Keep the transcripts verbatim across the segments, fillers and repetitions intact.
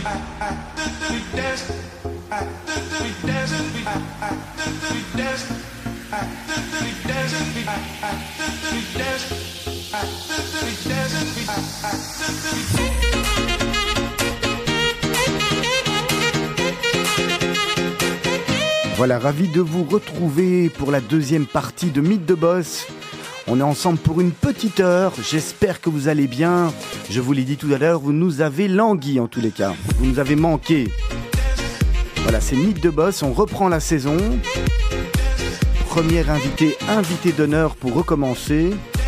Voilà, ravi de vous retrouver pour la deuxième partie de Mythe de Boss. On est ensemble pour une petite heure, j'espère que vous allez bien. Je vous l'ai dit tout à l'heure, vous nous avez langui en tous les cas, vous nous avez manqué. Voilà, c'est Mythe de Boss, on reprend la saison. Premier invité, invité d'honneur pour recommencer.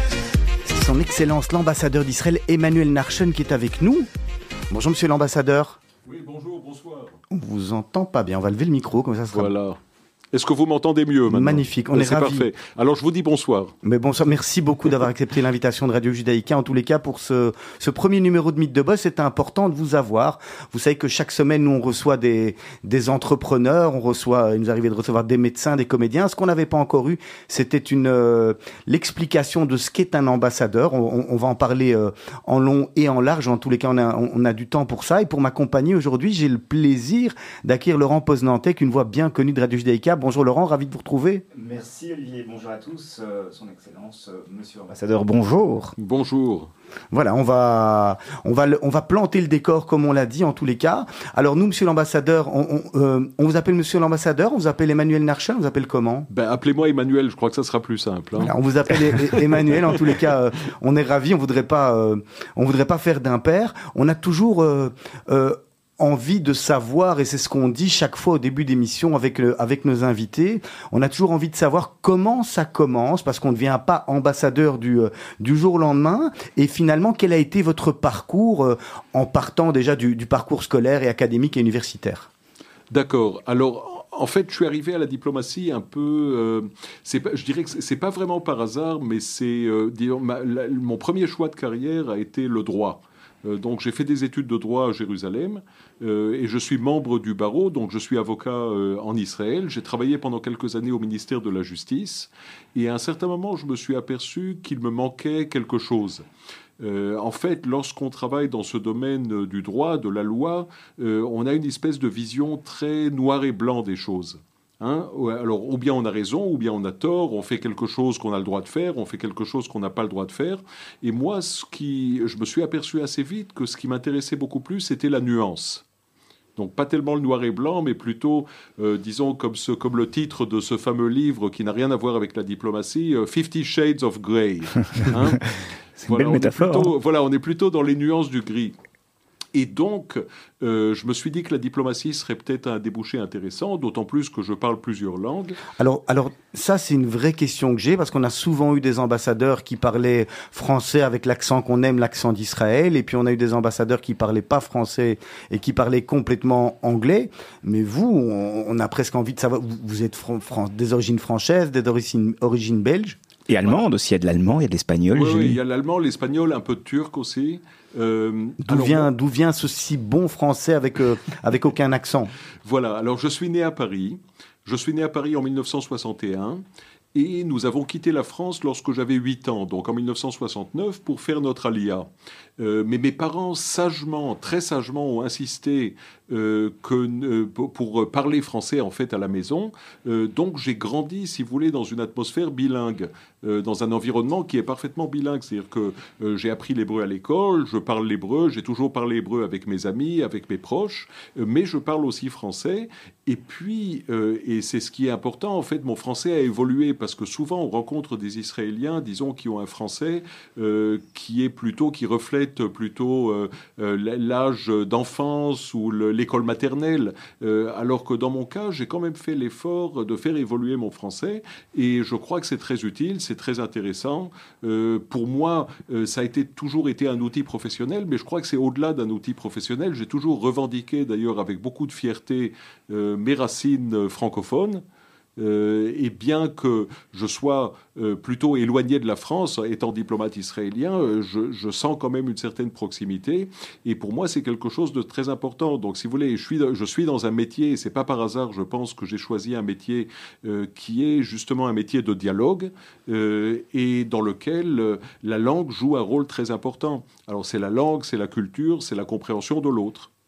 C'est son Excellence l'ambassadeur d'Israël, Emmanuel Narchen, qui est avec nous. Bonjour monsieur l'ambassadeur. Oui, bonjour, bonsoir. On vous entend pas bien, on va lever le micro, comme ça sera... Voilà. Est-ce que vous m'entendez mieux maintenant ? Magnifique, on ben, est ravis. C'est parfait. Alors je vous dis bonsoir. Mais bonsoir, merci beaucoup d'avoir accepté l'invitation de Radio Judaïka. En tous les cas, pour ce, ce premier numéro de Mythe de Boss, c'était important de vous avoir. Vous savez que chaque semaine, nous, on reçoit des, des entrepreneurs, on reçoit, il nous arrivait de recevoir des médecins, des comédiens. Ce qu'on n'avait pas encore eu, c'était une euh, l'explication de ce qu'est un ambassadeur. On, on va en parler euh, en long et en large. En tous les cas, on a, on a du temps pour ça. Et pour m'accompagner aujourd'hui, j'ai le plaisir d'accueillir Laurent Poznantek, une voix bien connue de Radio Judaïka. Bonjour Laurent, ravi de vous retrouver. Merci Olivier, bonjour à tous, euh, son Excellence, euh, Monsieur l'ambassadeur, bonjour. Bonjour. Voilà, on va, on va, on va planter le décor comme on l'a dit en tous les cas. Alors nous, Monsieur l'ambassadeur, on, on, euh, on vous appelle Monsieur l'ambassadeur, on vous appelle Emmanuel Narchen, on vous appelle comment ? Ben appelez-moi Emmanuel, je crois que ça sera plus simple. Hein. Voilà, on vous appelle Emmanuel, en tous les cas, euh, on est ravis, on voudrait pas, euh, on voudrait pas faire d'impair. On a toujours euh, euh, envie de savoir, et c'est ce qu'on dit chaque fois au début d'émission avec, le, avec nos invités, on a toujours envie de savoir comment ça commence, parce qu'on ne devient pas ambassadeur du, euh, du jour au lendemain, et finalement, quel a été votre parcours euh, en partant déjà du, du parcours scolaire et académique et universitaire ? D'accord, alors... En fait, je suis arrivé à la diplomatie un peu. Euh, c'est pas, je dirais que c'est pas vraiment par hasard, mais c'est euh, disons, ma, la, mon premier choix de carrière a été le droit. Euh, donc, j'ai fait des études de droit à Jérusalem euh, et je suis membre du barreau. Donc, je suis avocat euh, en Israël. J'ai travaillé pendant quelques années au ministère de la Justice et à un certain moment, je me suis aperçu qu'il me manquait quelque chose. Euh, en fait, lorsqu'on travaille dans ce domaine du droit, de la loi, euh, on a une espèce de vision très noir et blanc des choses. Hein ? Alors, ou bien on a raison, ou bien on a tort, on fait quelque chose qu'on a le droit de faire, on fait quelque chose qu'on n'a pas le droit de faire. Et moi, ce qui, je me suis aperçu assez vite que ce qui m'intéressait beaucoup plus, c'était la nuance. Donc pas tellement le noir et blanc, mais plutôt, euh, disons, comme, ce, comme le titre de ce fameux livre qui n'a rien à voir avec la diplomatie, euh, Fifty Shades of Grey. Hein ? C'est une voilà, belle métaphore. Plutôt, hein. Voilà, on est plutôt dans les nuances du gris. Et donc, euh, je me suis dit que la diplomatie serait peut-être un débouché intéressant, d'autant plus que je parle plusieurs langues. Alors, alors ça, c'est une vraie question que j'ai, parce qu'on a souvent eu des ambassadeurs qui parlaient français avec l'accent qu'on aime, l'accent d'Israël, et puis on a eu des ambassadeurs qui parlaient pas français et qui parlaient complètement anglais. Mais vous, on, on a presque envie de savoir, vous, vous êtes fran- fran- des origines françaises, des origines, origines belges ? Et allemande aussi, il y a de l'allemand, il y a de l'espagnol. Oui, oui, il y a l'allemand, l'espagnol, un peu de turc aussi. Euh, d'où, alors, vient, d'où vient ce si bon français avec, euh, avec aucun accent ? Voilà, alors je suis né à Paris. Je suis né à Paris en mille neuf cent soixante et un. Et nous avons quitté la France lorsque j'avais huit ans, donc en mille neuf cent soixante-neuf, pour faire notre alia. Euh, mais mes parents, sagement, très sagement, ont insisté euh, que, euh, pour parler français, en fait, à la maison. Euh, donc, j'ai grandi, si vous voulez, dans une atmosphère bilingue, euh, dans un environnement qui est parfaitement bilingue. C'est-à-dire que euh, j'ai appris l'hébreu à l'école, je parle l'hébreu, j'ai toujours parlé hébreu avec mes amis, avec mes proches, euh, mais je parle aussi français. Et puis, euh, et c'est ce qui est important, en fait, mon français a évolué, parce que souvent, on rencontre des Israéliens, disons, qui ont un français euh, qui est plutôt, qui reflète plutôt euh, euh, l'âge d'enfance ou le, l'école maternelle, euh, alors que dans mon cas, j'ai quand même fait l'effort de faire évoluer mon français, et je crois que c'est très utile, c'est très intéressant. Euh, pour moi, euh, ça a été, toujours été un outil professionnel, mais je crois que c'est au-delà d'un outil professionnel. J'ai toujours revendiqué, d'ailleurs, avec beaucoup de fierté, euh, mes racines francophones. Euh, et bien que je sois euh, plutôt éloigné de la France, étant diplomate israélien, euh, je, je sens quand même une certaine proximité. Et pour moi, c'est quelque chose de très important. Donc, si vous voulez, je suis, je suis dans un métier, et c'est pas par hasard, je pense, que j'ai choisi un métier euh, qui est justement un métier de dialogue euh, et dans lequel euh, la langue joue un rôle très important. Alors, c'est la langue, c'est la culture, c'est la compréhension de l'autre.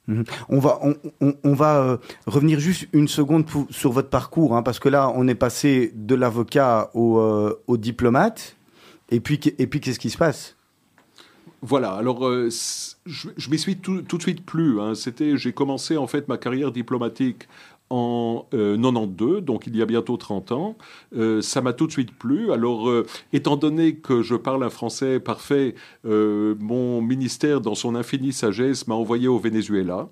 Mmh. On va, on, on, on va euh, revenir juste une seconde pour, sur votre parcours, hein, parce que là, on est passé de l'avocat au, euh, au diplomate. Et puis, et puis, qu'est-ce qui se passe ? Voilà, alors euh, je, je m'y suis tout, tout de suite plu. Hein. C'était, j'ai commencé en fait ma carrière diplomatique en euh, quatre-vingt-douze, donc il y a bientôt trente ans. Euh, ça m'a tout de suite plu. Alors, euh, étant donné que je parle un français parfait, euh, mon ministère, dans son infinie sagesse, m'a envoyé au Venezuela.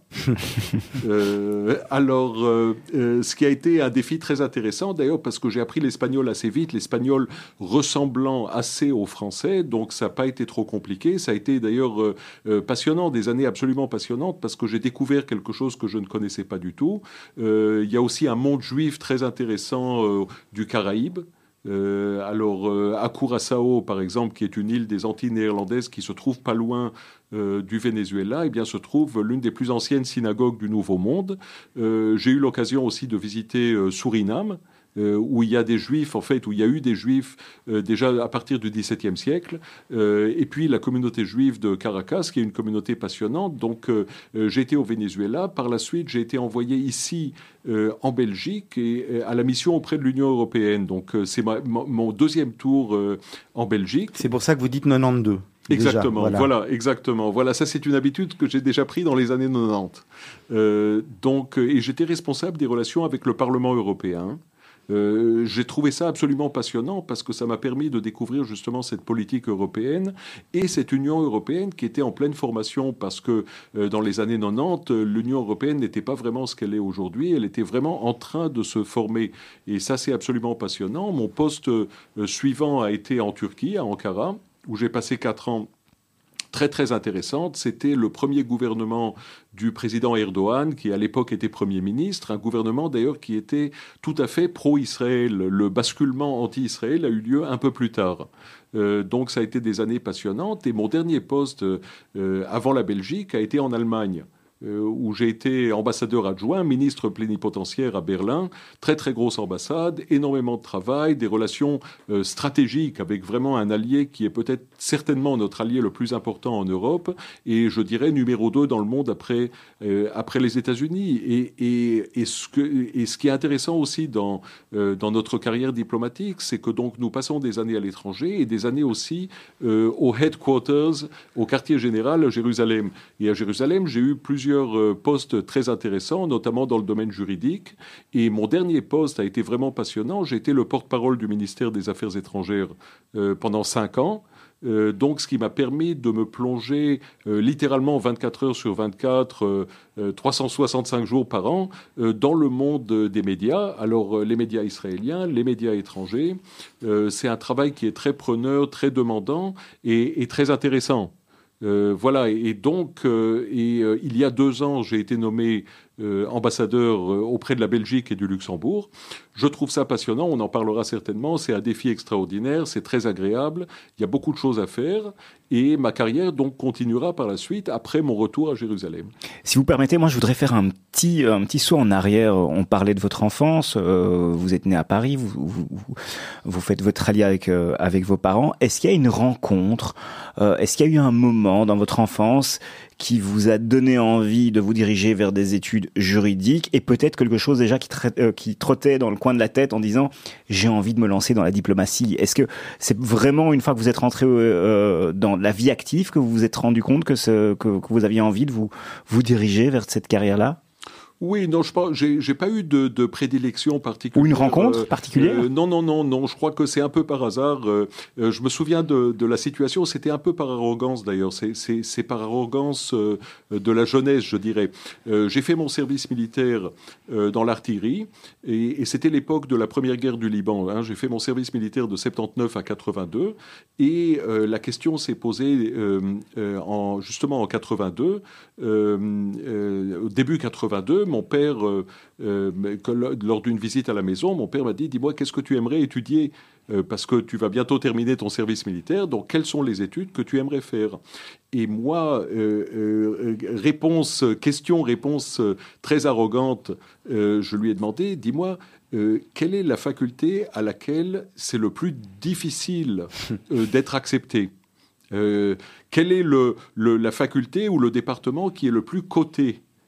euh, alors, euh, euh, ce qui a été un défi très intéressant, d'ailleurs, parce que j'ai appris l'espagnol assez vite, l'espagnol ressemblant assez au français, donc ça n'a pas été trop compliqué. Ça a été d'ailleurs euh, euh, passionnant, des années absolument passionnantes, parce que j'ai découvert quelque chose que je ne connaissais pas du tout. Euh, Il y a aussi un monde juif très intéressant euh, du Caraïbe. Euh, alors, euh, à Curaçao, par exemple, qui est une île des Antilles néerlandaises qui se trouve pas loin euh, du Venezuela, eh bien, se trouve l'une des plus anciennes synagogues du Nouveau Monde. Euh, j'ai eu l'occasion aussi de visiter euh, Suriname, Euh, où il y a des juifs, en fait, où il y a eu des juifs euh, déjà à partir du dix-septième siècle, euh, et puis la communauté juive de Caracas, qui est une communauté passionnante. Donc, euh, euh, j'ai été au Venezuela. Par la suite, j'ai été envoyé ici, euh, en Belgique, et, et à la mission auprès de l'Union européenne. Donc, euh, c'est ma, ma, mon deuxième tour euh, en Belgique. C'est pour ça que vous dites quatre-vingt-douze. Exactement, déjà, voilà. voilà, exactement. Voilà, ça c'est une habitude que j'ai déjà pris dans les années quatre-vingt-dix. Euh, donc, et j'étais responsable des relations avec le Parlement européen. Euh, j'ai trouvé ça absolument passionnant parce que ça m'a permis de découvrir justement cette politique européenne et cette Union européenne qui était en pleine formation parce que euh, dans les années quatre-vingt-dix, l'Union européenne n'était pas vraiment ce qu'elle est aujourd'hui, elle était vraiment en train de se former et ça c'est absolument passionnant. Mon poste euh, suivant a été en Turquie, à Ankara, où j'ai passé quatre ans très très intéressante. C'était le premier gouvernement du président Erdogan, qui à l'époque était Premier ministre, un gouvernement d'ailleurs qui était tout à fait pro-Israël. Le basculement anti-Israël a eu lieu un peu plus tard. Euh, donc ça a été des années passionnantes. Et mon dernier poste euh, avant la Belgique a été en Allemagne, Euh, où j'ai été ambassadeur adjoint, ministre plénipotentiaire à Berlin, très très grosse ambassade, énormément de travail, des relations euh, stratégiques avec vraiment un allié qui est peut-être certainement notre allié le plus important en Europe, et je dirais numéro deux dans le monde après, euh, après les États-Unis. Et, et, et, ce que, et ce qui est intéressant aussi dans, euh, dans notre carrière diplomatique, c'est que donc nous passons des années à l'étranger et des années aussi euh, au headquarters, au quartier général à Jérusalem. Et à Jérusalem, j'ai eu plusieurs postes très intéressants, notamment dans le domaine juridique. Et mon dernier poste a été vraiment passionnant. J'ai été le porte-parole du ministère des Affaires étrangères euh, pendant cinq ans. Euh, donc, ce qui m'a permis de me plonger euh, littéralement vingt-quatre heures sur vingt-quatre, euh, euh, trois cent soixante-cinq jours par an, euh, dans le monde des médias. Alors, euh, les médias israéliens, les médias étrangers, euh, c'est un travail qui est très preneur, très demandant et, et très intéressant. Euh, voilà, et donc, euh, et, euh, il y a deux ans, j'ai été nommé euh, ambassadeur euh, auprès de la Belgique et du Luxembourg. Je trouve ça passionnant, on en parlera certainement, c'est un défi extraordinaire, c'est très agréable, il y a beaucoup de choses à faire, et ma carrière donc continuera par la suite après mon retour à Jérusalem. Si vous permettez, moi je voudrais faire un petit, un petit saut en arrière. On parlait de votre enfance, euh, vous êtes né à Paris, vous, vous, vous faites votre allié avec, euh, avec vos parents. Est-ce qu'il y a une rencontre, euh, est-ce qu'il y a eu un moment dans votre enfance qui vous a donné envie de vous diriger vers des études juridiques et peut-être quelque chose déjà qui, tra- euh, qui trottait dans le coin de la tête en disant « j'ai envie de me lancer dans la diplomatie ». Est-ce que c'est vraiment une fois que vous êtes rentré euh, dans la vie active que vous vous êtes rendu compte que, ce, que, que vous aviez envie de vous, vous diriger vers cette carrière-là ? Oui, non, je pense, j'ai, j'ai pas eu de, de prédilection particulière. Ou une rencontre euh, particulière euh, Non, non, non, non. Je crois que c'est un peu par hasard. Euh, euh, je me souviens de, de la situation. C'était un peu par arrogance d'ailleurs. C'est, c'est, c'est par arrogance euh, de la jeunesse, je dirais. Euh, j'ai fait mon service militaire euh, dans l'artillerie et, et c'était l'époque de la première guerre du Liban. Hein. J'ai fait mon service militaire de soixante-dix-neuf à quatre-vingt-deux et euh, la question s'est posée euh, euh, en, justement en quatre-vingt-deux, euh, euh, au début quatre-vingt-deux. Mon père, euh, euh, lors d'une visite à la maison, mon père m'a dit « Dis-moi, qu'est-ce que tu aimerais étudier euh, parce que tu vas bientôt terminer ton service militaire, donc quelles sont les études que tu aimerais faire ?» Et moi, euh, euh, réponse, question, réponse euh, très arrogante, euh, je lui ai demandé « Dis-moi, euh, quelle est la faculté à laquelle c'est le plus difficile euh, d'être accepté ? euh, Quelle est le, le, la faculté ou le département qui est le plus coté ?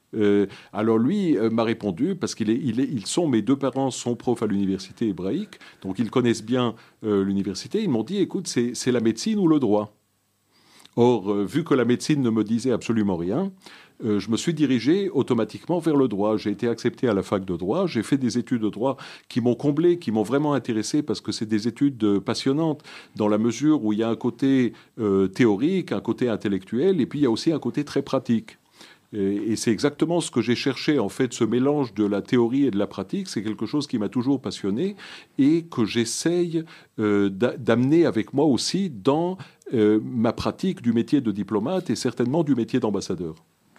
Euh, alors lui euh, m'a répondu, parce qu'ils il est, ils sont, mes deux parents sont profs à l'université hébraïque, donc ils connaissent bien euh, l'université. Ils m'ont dit, écoute, c'est, c'est la médecine ou le droit. Or, euh, vu que la médecine ne me disait absolument rien, euh, je me suis dirigé automatiquement vers le droit. J'ai été accepté à la fac de droit, j'ai fait des études de droit qui m'ont comblé, qui m'ont vraiment intéressé, parce que c'est des études euh, passionnantes, dans la mesure où il y a un côté euh, théorique, un côté intellectuel, et puis il y a aussi un côté très pratique. Et c'est exactement ce que j'ai cherché, en fait, ce mélange de la théorie et de la pratique. C'est quelque chose qui m'a toujours passionné et que j'essaye euh, d'amener avec moi aussi dans euh, ma pratique du métier de diplomate et certainement du métier d'ambassadeur.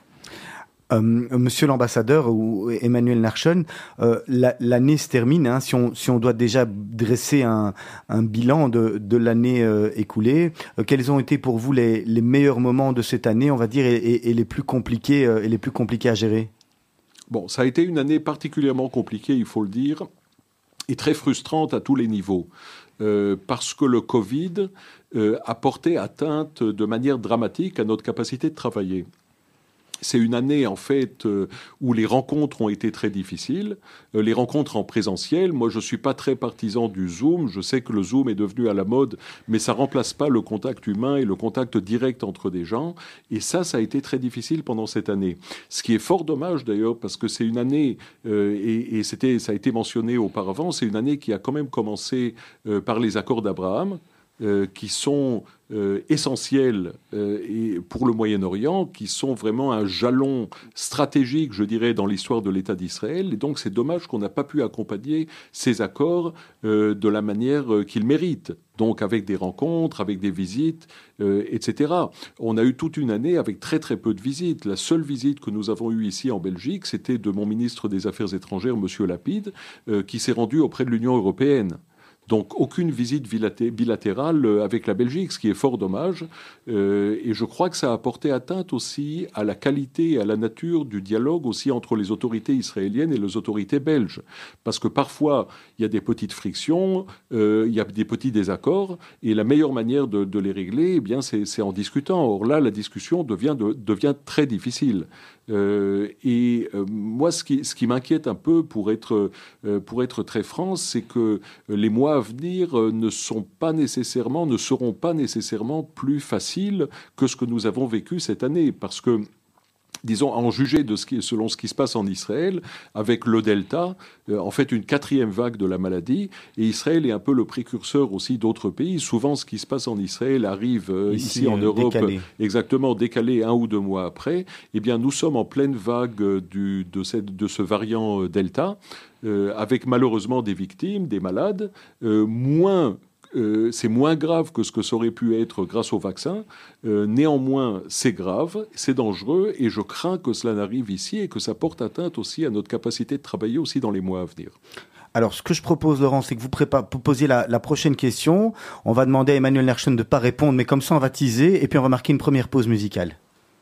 Euh, Monsieur l'ambassadeur ou Emmanuel Narshon, euh, la, l'année se termine. Hein, si on si on doit déjà dresser un, un bilan de, de l'année euh, écoulée, euh, quels ont été pour vous les, les meilleurs moments de cette année, on va dire, et, et, et les plus compliqués euh, et les plus compliqués à gérer? Bon, ça a été une année particulièrement compliquée, il faut le dire, et très frustrante à tous les niveaux, euh, parce que le Covid euh, a porté atteinte de manière dramatique à notre capacité de travailler. C'est une année, en fait, euh, où les rencontres ont été très difficiles. Euh, les rencontres en présentiel, moi, je ne suis pas très partisan du Zoom. Je sais que le Zoom est devenu à la mode, mais ça ne remplace pas le contact humain et le contact direct entre des gens. Et ça, ça a été très difficile pendant cette année. Ce qui est fort dommage, d'ailleurs, parce que c'est une année, euh, et, et c'était, ça a été mentionné auparavant, c'est une année qui a quand même commencé euh, par les accords d'Abraham, euh, qui sont... Euh, essentiels euh, et pour le Moyen-Orient, qui sont vraiment un jalon stratégique, je dirais, dans l'histoire de l'État d'Israël. Et donc, c'est dommage qu'on n'a pas pu accompagner ces accords euh, de la manière euh, qu'ils méritent. Donc, avec des rencontres, avec des visites, euh, et cetera. On a eu toute une année avec très, très peu de visites. La seule visite que nous avons eue ici en Belgique, c'était de mon ministre des Affaires étrangères, M. Lapide, euh, qui s'est rendu auprès de l'Union européenne. Donc aucune visite bilatérale avec la Belgique, ce qui est fort dommage. Euh, et je crois que ça a porté atteinte aussi à la qualité et à la nature du dialogue aussi entre les autorités israéliennes et les autorités belges. Parce que parfois, il y a des petites frictions, euh, il y a des petits désaccords, et la meilleure manière de, de les régler, eh bien, c'est, c'est en discutant. Or là, la discussion devient, de, devient très difficile. Euh, et euh, moi, ce qui, ce qui m'inquiète un peu, pour être, euh, pour être très franc, c'est que les mois à venir euh, ne sont pas nécessairement, ne seront pas nécessairement plus faciles que ce que nous avons vécu cette année, parce que, disons, à en juger de ce qui, selon ce qui se passe en Israël, avec le Delta, euh, en fait une quatrième vague de la maladie, et Israël est un peu le précurseur aussi d'autres pays. Souvent, ce qui se passe en Israël arrive euh, ici, ici en euh, Europe, décalé. exactement décalé un ou deux mois après. Eh bien, nous sommes en pleine vague du, de, cette, de ce variant Delta, euh, avec malheureusement des victimes, des malades, euh, moins... Euh, c'est moins grave que ce que ça aurait pu être grâce au vaccin. Euh, néanmoins, c'est grave, c'est dangereux, et je crains que cela n'arrive ici et que ça porte atteinte aussi à notre capacité de travailler aussi dans les mois à venir. Alors, ce que je propose, Laurent, c'est que vous prépa- posiez la, la prochaine question. On va demander à Emmanuel Narshon de ne pas répondre, mais comme ça, on va teaser, et puis on va marquer une première pause musicale.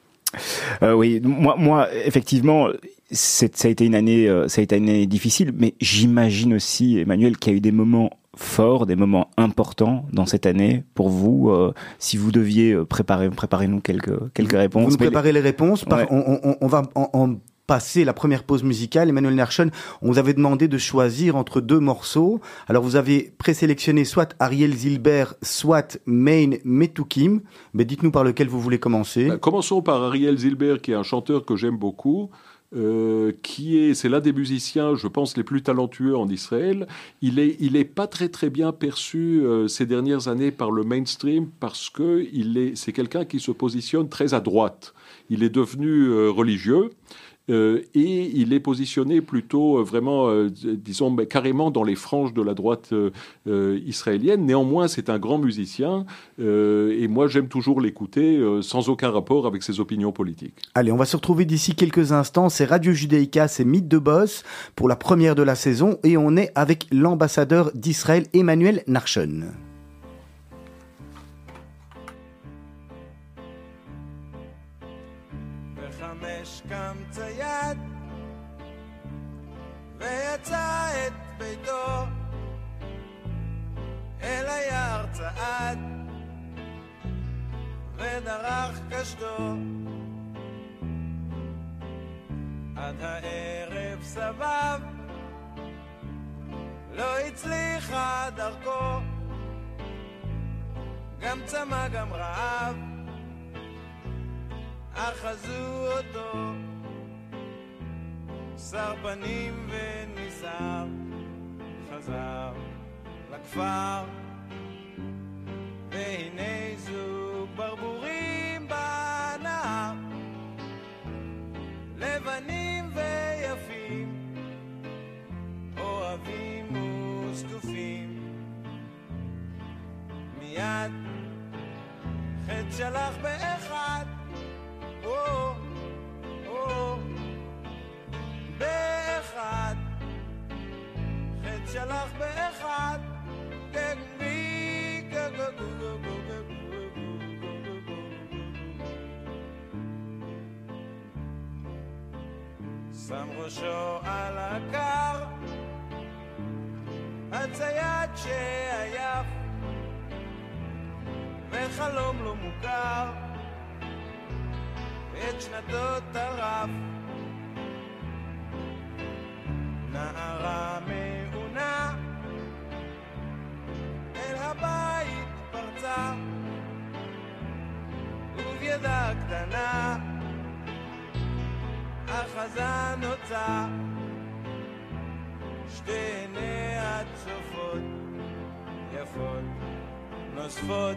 Euh, oui, moi, moi, effectivement, c'est, ça a été une année, euh, ça a été une année difficile, mais j'imagine aussi, Emmanuel, qu'il y a eu des moments forts, des moments importants dans cette année pour vous. Euh, si vous deviez préparer, préparez-nous quelques quelques réponses. Vous nous préparez les, les réponses. Par, ouais. on, on, on va en, en passer la première pause musicale. Emmanuel Narshon, on vous avait demandé de choisir entre deux morceaux. Alors vous avez présélectionné soit Ariel Zilber, soit Mein Metukim. Mais dites-nous par lequel vous voulez commencer. Bah, commençons par Ariel Zilber, qui est un chanteur que j'aime beaucoup. Euh, qui est, c'est l'un des musiciens, je pense, les plus talentueux en Israël. Il est, il est pas très très bien perçu euh, ces dernières années par le mainstream, parce que il est, c'est quelqu'un qui se positionne très à droite. Il est devenu euh, religieux. Euh, et il est positionné plutôt euh, vraiment, euh, disons, mais carrément dans les franges de la droite euh, euh, israélienne. Néanmoins, c'est un grand musicien euh, et moi, j'aime toujours l'écouter euh, sans aucun rapport avec ses opinions politiques. Allez, on va se retrouver d'ici quelques instants. C'est Radio Judaïka, c'est Mythe de Boss pour la première de la saison et on est avec l'ambassadeur d'Israël, Emmanuel Narshon. קמת יד ויצא את ביתו אל היער צעד ודרך קשתו עד הערב סבב, לא הצליחה דרכו, גם צמא גם רעב, אחזו אותו, שר פנים וניסר, חזר לכפר, והנה זוג ברבורים בנהר, לבנים ויפים, אוהבים וסטופים, מיד חץ שלח באחד, או, או, באחד, חץ שלח באחד, גגמי, גגגו, שם ראשו על הקר, הצייד שעייף, וחלום לא מוכר, ואת שנתו טרף. נערה מעונה אל הבית פרצה, ובידה קטנה אחזה נוצה, שתי עיניה צופות יפות נוספות,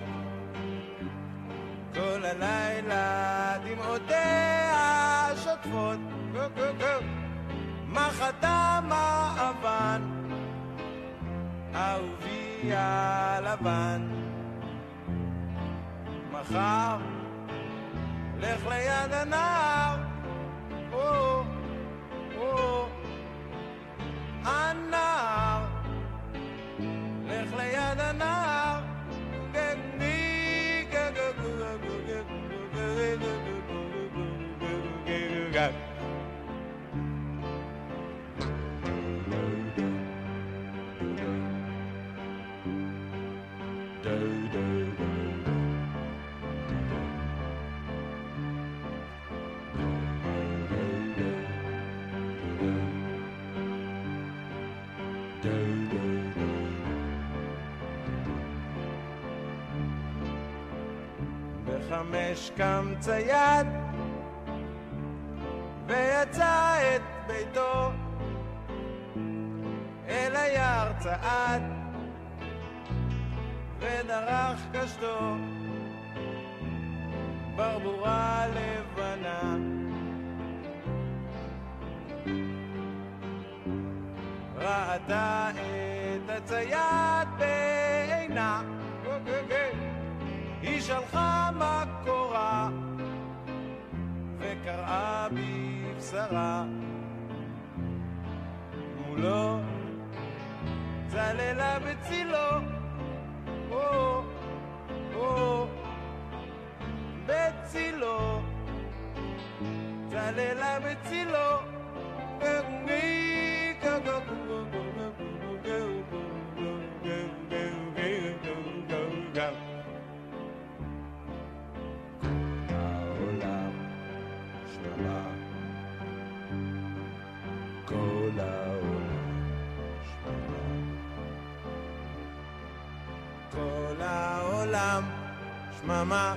כל הלילה דמעותיה שוטפות, גו גו גו, מחתה מעבן, אהובי הלבן, מחר לך ליד הנהר, או, או, הנהר, לך ליד הנהר, גגני, גגגו, גגגו, גגגו, גגגו. בחמש קם צייד ויצא את ביתו, אל היער צעד ודרך קשתו, ברבורה לבנה ראתה את הצייד בעינה, היא שלחה מקורה וקראה בבשרה, מולו צללה בצילו, או, או, בצילו, צללה בצילו, גגי, גגו, גגו, גגו, גגו, גגו, גגו. העולם שממה, כל העולם שממה, כל העולם שממה,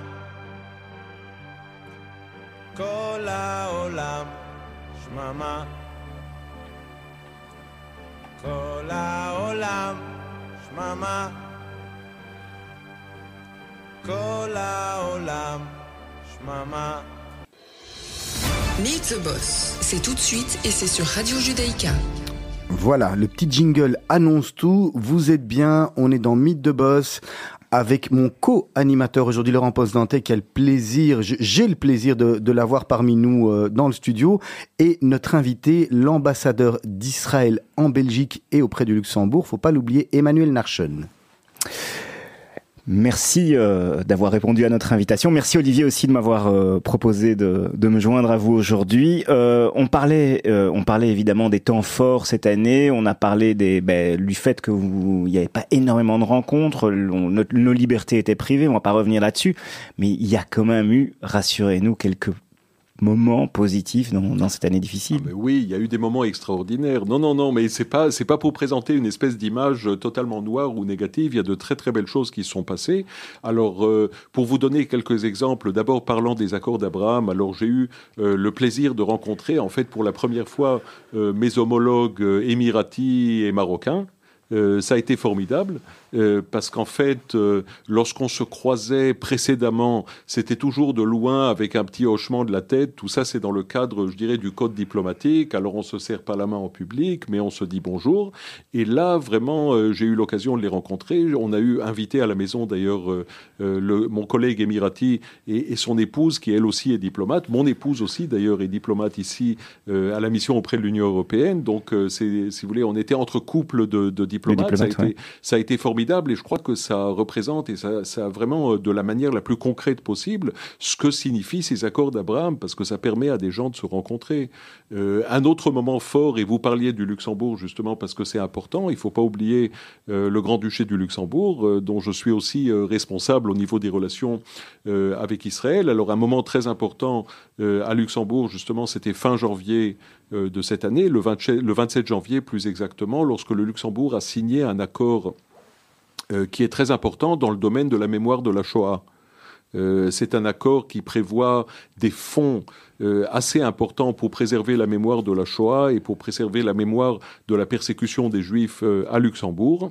כל העולם שממה, כל העולם שממה, כל העולם שממה. Meet the Boss, c'est tout de suite et c'est sur Radio Judaïka. Voilà, le petit jingle annonce tout. Vous êtes bien, on est dans Meet the Boss avec mon co-animateur aujourd'hui, Laurent Postdantais, qui a le plaisir, j'ai le plaisir de, de l'avoir parmi nous euh, dans le studio, et notre invité, l'ambassadeur d'Israël en Belgique et auprès du Luxembourg, faut pas l'oublier, Emmanuel Narchen. Merci euh, d'avoir répondu à notre invitation. Merci Olivier aussi de m'avoir euh, proposé de, de me joindre à vous aujourd'hui. Euh, on parlait, euh, on parlait évidemment des temps forts cette année. On a parlé des, ben, du fait que vous, il n'y avait pas énormément de rencontres. On, notre, nos libertés étaient privées. On va pas revenir là-dessus, mais il y a quand même eu, rassurez-nous, quelques moments positifs dans, dans cette année difficile. Ah mais oui, il y a eu des moments extraordinaires. Non, non, non, mais c'est pas, c'est pas pour présenter une espèce d'image totalement noire ou négative. Il y a de très très belles choses qui se sont passées. Alors, euh, pour vous donner quelques exemples, d'abord parlant des accords d'Abraham, alors j'ai eu euh, le plaisir de rencontrer, en fait, pour la première fois, euh, mes homologues euh, émiratis et marocains. Euh, ça a été formidable euh, parce qu'en fait, euh, lorsqu'on se croisait précédemment, c'était toujours de loin avec un petit hochement de la tête. Tout ça, c'est dans le cadre, je dirais, du code diplomatique. Alors, on se serre pas la main en public, mais on se dit bonjour. Et là, vraiment, euh, j'ai eu l'occasion de les rencontrer. On a eu invité à la maison, d'ailleurs, euh, euh, le, mon collègue émirati et, et son épouse, qui elle aussi est diplomate. Mon épouse aussi, d'ailleurs, est diplomate ici euh, à la mission auprès de l'Union européenne. Donc, euh, c'est, si vous voulez, on était entre couples de, de diplomate, diplomate, ça, a été, ouais. ça a été formidable et je crois que ça représente et ça, ça a vraiment de la manière la plus concrète possible ce que signifient ces accords d'Abraham parce que ça permet à des gens de se rencontrer. Euh, un autre moment fort, et vous parliez du Luxembourg justement parce que c'est important, il ne faut pas oublier euh, le Grand-Duché du Luxembourg euh, dont je suis aussi euh, responsable au niveau des relations euh, avec Israël. Alors un moment très important euh, à Luxembourg justement c'était fin janvier de cette année, le, vingt, le vingt-sept janvier plus exactement, lorsque le Luxembourg a signé un accord euh, qui est très important dans le domaine de la mémoire de la Shoah. Euh, c'est un accord qui prévoit des fonds euh, assez importants pour préserver la mémoire de la Shoah et pour préserver la mémoire de la persécution des Juifs euh, à Luxembourg,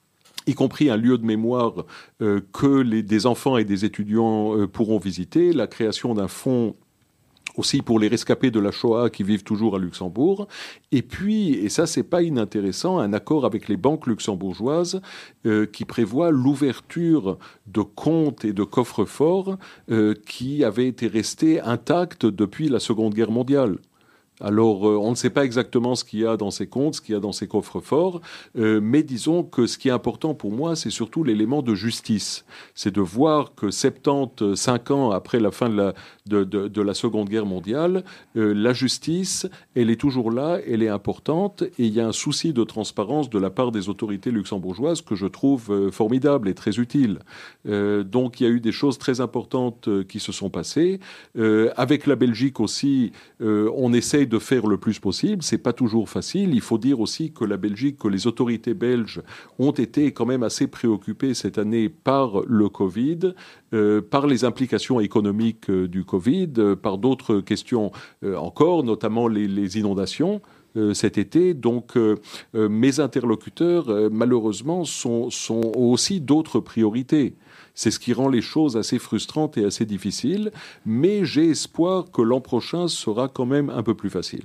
y compris un lieu de mémoire euh, que les, des enfants et des étudiants euh, pourront visiter, la création d'un fonds aussi pour les rescapés de la Shoah qui vivent toujours à Luxembourg. Et puis, et ça c'est pas inintéressant, un accord avec les banques luxembourgeoises euh, qui prévoit l'ouverture de comptes et de coffres-forts euh, qui avaient été restés intacts depuis la Seconde Guerre mondiale. Alors, euh, on ne sait pas exactement ce qu'il y a dans ces comptes, ce qu'il y a dans ces coffres-forts, euh, mais disons que ce qui est important pour moi, c'est surtout l'élément de justice. C'est de voir que soixante-quinze ans après la fin de la, de, de, de la Seconde Guerre mondiale, euh, la justice, elle est toujours là, elle est importante, et il y a un souci de transparence de la part des autorités luxembourgeoises que je trouve euh, formidable et très utile. Euh, donc, il y a eu des choses très importantes euh, qui se sont passées. Euh, avec la Belgique aussi, euh, on essaie de faire le plus possible. C'est pas toujours facile. Il faut dire aussi que la Belgique, que les autorités belges ont été quand même assez préoccupées cette année par le Covid, euh, par les implications économiques euh, du Covid, euh, par d'autres questions euh, encore, notamment les, les inondations euh, cet été. Donc, euh, euh, mes interlocuteurs, euh, malheureusement, sont, sont aussi d'autres priorités. C'est ce qui rend les choses assez frustrantes et assez difficiles, mais j'ai espoir que l'an prochain sera quand même un peu plus facile.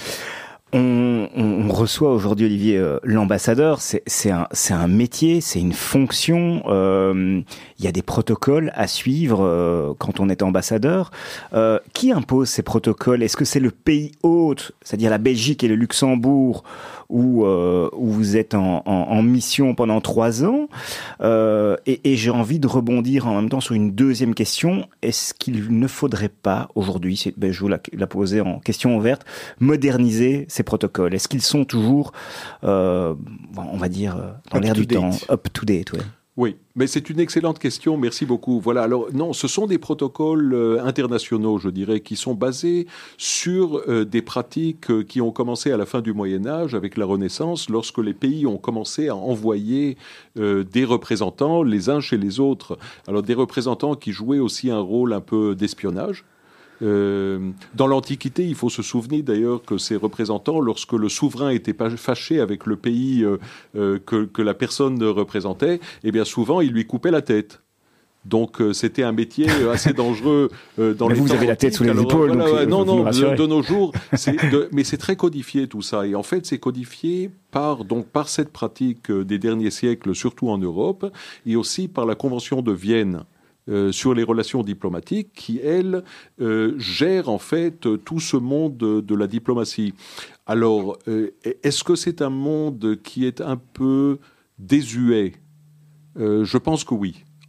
On, on reçoit aujourd'hui, Olivier, euh, l'ambassadeur. C'est, c'est, un, c'est un métier, c'est une fonction. Euh, il y a des protocoles à suivre euh, quand on est ambassadeur. Euh, qui impose ces protocoles ? Est-ce que c'est le pays hôte, c'est-à-dire la Belgique et le Luxembourg, où, euh, où vous êtes en, en, en mission pendant trois ans euh, et, et j'ai envie de rebondir en même temps sur une deuxième question. Est-ce qu'il ne faudrait pas aujourd'hui, c'est, ben, je vous la, la poser en question ouverte, moderniser ces protocoles ? Est-ce qu'ils sont toujours, euh, on va dire, dans l'air du temps, up-to-date, ouais. Oui, mais c'est une excellente question, merci beaucoup. Voilà, alors non, ce sont des protocoles euh, internationaux, je dirais, qui sont basés sur euh, des pratiques euh, qui ont commencé à la fin du Moyen-Âge avec la Renaissance, lorsque les pays ont commencé à envoyer euh, des représentants les uns chez les autres. Alors des représentants qui jouaient aussi un rôle un peu d'espionnage. Euh, dans l'Antiquité, il faut se souvenir d'ailleurs que ces représentants, lorsque le souverain était pas fâché avec le pays euh, euh, que, que la personne représentait, eh bien souvent il lui coupait la tête. Donc euh, c'était un métier assez dangereux euh, dans mais les vous temps avez la tête sous les Alors, épaules. Voilà, donc, ouais, euh, non, non, de, de nos jours, c'est de, mais c'est très codifié tout ça. Et en fait, c'est codifié par donc par cette pratique euh, des derniers siècles, surtout en Europe, et aussi par la Convention de Vienne. Euh, sur les relations diplomatiques qui, elle, euh, gère en fait tout ce monde de, de la diplomatie. Alors, euh, est-ce que c'est un monde qui est un peu désuet ? euh, Je pense que oui.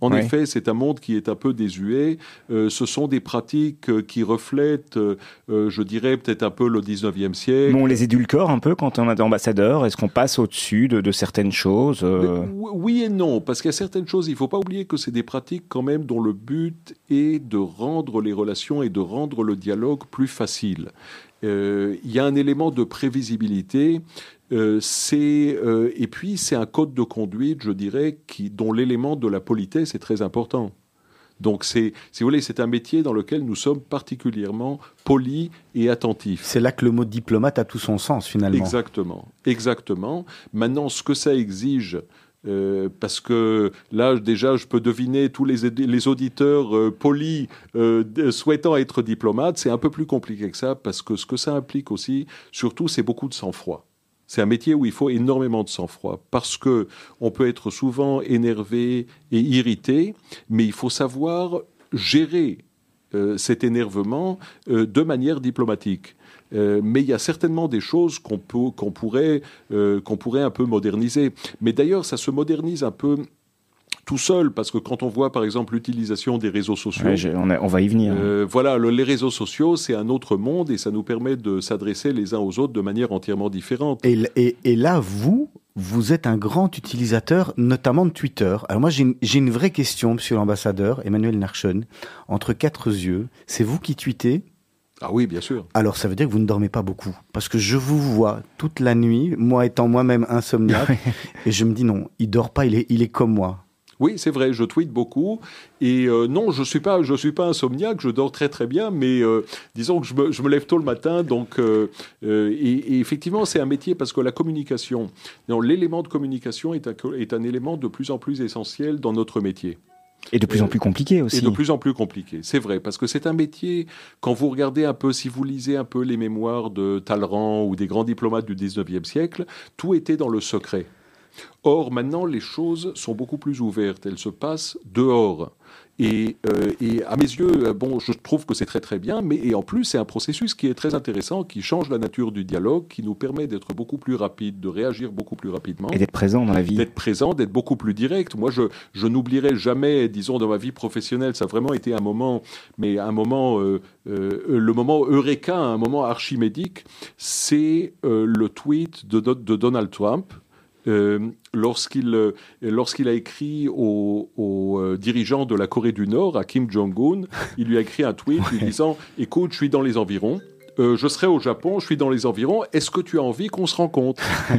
En Oui. effet, c'est un monde qui est un peu désuet. Euh, ce sont des pratiques euh, qui reflètent, euh, euh, je dirais, peut-être un peu le dix-neuvième siècle. Mais on les édulcore un peu quand on est ambassadeur. Est-ce qu'on passe au-dessus de, de certaines choses euh... Mais oui et non, parce qu'il y a certaines choses, il ne faut pas oublier que c'est des pratiques quand même dont le but est de rendre les relations et de rendre le dialogue plus facile. Euh, il y a un élément de prévisibilité. Euh, c'est, euh, et puis, c'est un code de conduite, je dirais, qui, dont l'élément de la politesse est très important. Donc, c'est, si vous voulez, c'est un métier dans lequel nous sommes particulièrement polis et attentifs. C'est là que le mot diplomate a tout son sens, finalement. Exactement, exactement. Maintenant, ce que ça exige, euh, parce que là, déjà, je peux deviner tous les, les auditeurs euh, polis euh, souhaitant être diplomates, c'est un peu plus compliqué que ça, parce que ce que ça implique aussi, surtout, c'est beaucoup de sang-froid. C'est un métier où il faut énormément de sang-froid parce que on peut être souvent énervé et irrité, mais il faut savoir gérer euh, cet énervement euh, de manière diplomatique. Euh, mais il y a certainement des choses qu'on peut, qu'on pourrait, euh, qu'on pourrait un peu moderniser. Mais d'ailleurs, ça se modernise un peu tout seul, parce que quand on voit par exemple l'utilisation des réseaux sociaux, ouais, je, on, a, on va y venir. Euh, voilà, le, les réseaux sociaux, c'est un autre monde et ça nous permet de s'adresser les uns aux autres de manière entièrement différente. Et, et, et là, vous, vous êtes un grand utilisateur, notamment de Twitter. Alors moi, j'ai une, j'ai une vraie question, monsieur l'ambassadeur, Emmanuel Narchen. Entre quatre yeux, c'est vous qui tweetez ? Ah oui, bien sûr. Alors, ça veut dire que vous ne dormez pas beaucoup. Parce que je vous vois toute la nuit, moi étant moi-même insomniaque, et je me dis non, il dort pas, il est, il est comme moi. Oui, c'est vrai, je tweete beaucoup. Et euh, non, je ne suis pas, je suis pas insomniaque, je dors très très bien, mais euh, disons que je me, je me lève tôt le matin. Donc, euh, euh, et, et effectivement, c'est un métier parce que la communication, non, l'élément de communication est un, est un élément de plus en plus essentiel dans notre métier. Et de plus en plus compliqué aussi. Et de plus en plus compliqué, c'est vrai, parce que c'est un métier, quand vous regardez un peu, si vous lisez un peu les mémoires de Talleyrand ou des grands diplomates du dix-neuvième siècle, tout était dans le secret. Or, maintenant, les choses sont beaucoup plus ouvertes. Elles se passent dehors. Et, euh, et à mes yeux, bon, je trouve que c'est très très bien, mais et en plus, c'est un processus qui est très intéressant, qui change la nature du dialogue, qui nous permet d'être beaucoup plus rapide, de réagir beaucoup plus rapidement. Et d'être présent dans la vie. D'être présent, d'être beaucoup plus direct. Moi, je, je n'oublierai jamais, disons, dans ma vie professionnelle, ça a vraiment été un moment, mais un moment, euh, euh, le moment eureka, un moment archimédique, c'est euh, le tweet de, de Donald Trump. Euh, lorsqu'il, euh, lorsqu'il a écrit au, au euh, dirigeant de la Corée du Nord, à Kim Jong-un, il lui a écrit un tweet lui disant « Écoute, je suis dans les environs, euh, je serai au Japon, je suis dans les environs, est-ce que tu as envie qu'on se rencontre ?»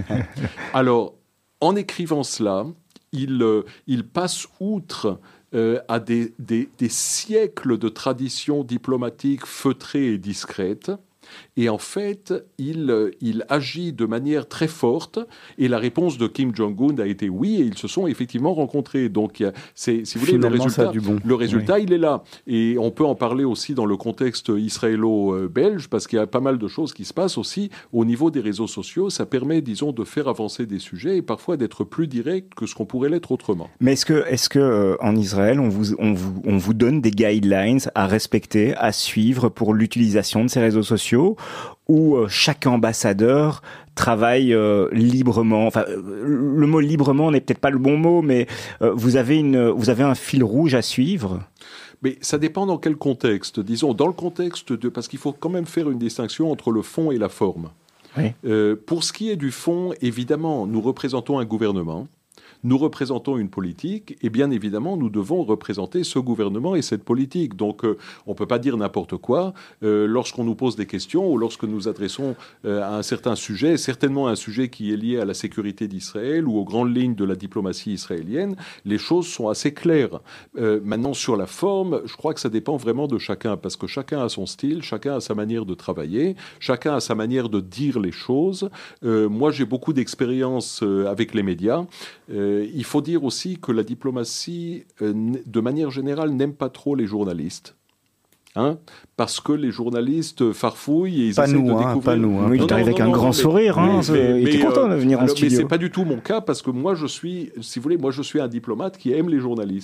Alors, en écrivant cela, il, euh, il passe outre euh, à des, des, des siècles de traditions diplomatiques feutrées et discrètes. Et en fait, il, il agit de manière très forte. Et la réponse de Kim Jong-un a été oui, et ils se sont effectivement rencontrés. Donc, c'est, si vous voulez, le résultat, le résultat oui. il est là. Et on peut en parler aussi dans le contexte israélo-belge, parce qu'il y a pas mal de choses qui se passent aussi au niveau des réseaux sociaux. Ça permet, disons, de faire avancer des sujets et parfois d'être plus direct que ce qu'on pourrait l'être autrement. Mais est-ce que, est-ce que euh, en Israël, on vous, on, vous, on vous donne des guidelines à respecter, à suivre pour l'utilisation de ces réseaux sociaux, où euh, chaque ambassadeur travaille euh, librement. Enfin, euh, le mot librement n'est peut-être pas le bon mot, mais euh, vous avez une, vous avez un fil rouge à suivre. Mais ça dépend dans quel contexte. Disons, dans le contexte de, parce qu'il faut quand même faire une distinction entre le fond et la forme. Oui. Euh, pour ce qui est du fond, évidemment, nous représentons un gouvernement. Nous représentons une politique et bien évidemment, nous devons représenter ce gouvernement et cette politique. Donc, euh, on ne peut pas dire n'importe quoi. Euh, lorsqu'on nous pose des questions ou lorsque nous adressons euh, à un certain sujet, certainement un sujet qui est lié à la sécurité d'Israël ou aux grandes lignes de la diplomatie israélienne, les choses sont assez claires. Euh, maintenant, sur la forme, je crois que ça dépend vraiment de chacun parce que chacun a son style, chacun a sa manière de travailler, chacun a sa manière de dire les choses. Euh, moi, j'ai beaucoup d'expérience euh, avec les médias. Euh, il faut dire aussi que la diplomatie, euh, de manière générale, n'aime pas trop les journalistes. Hein, parce que les journalistes farfouillent et ils pas essaient nous, de hein, découvrir... Pas nous, hein. Oui, il arrive avec un grand mais, sourire. Hein, mais, mais, il était content euh, de venir alors, en studio. Mais c'est pas du tout mon cas parce que moi, je suis, si vous voulez, moi, je suis un diplomate qui aime les journalistes.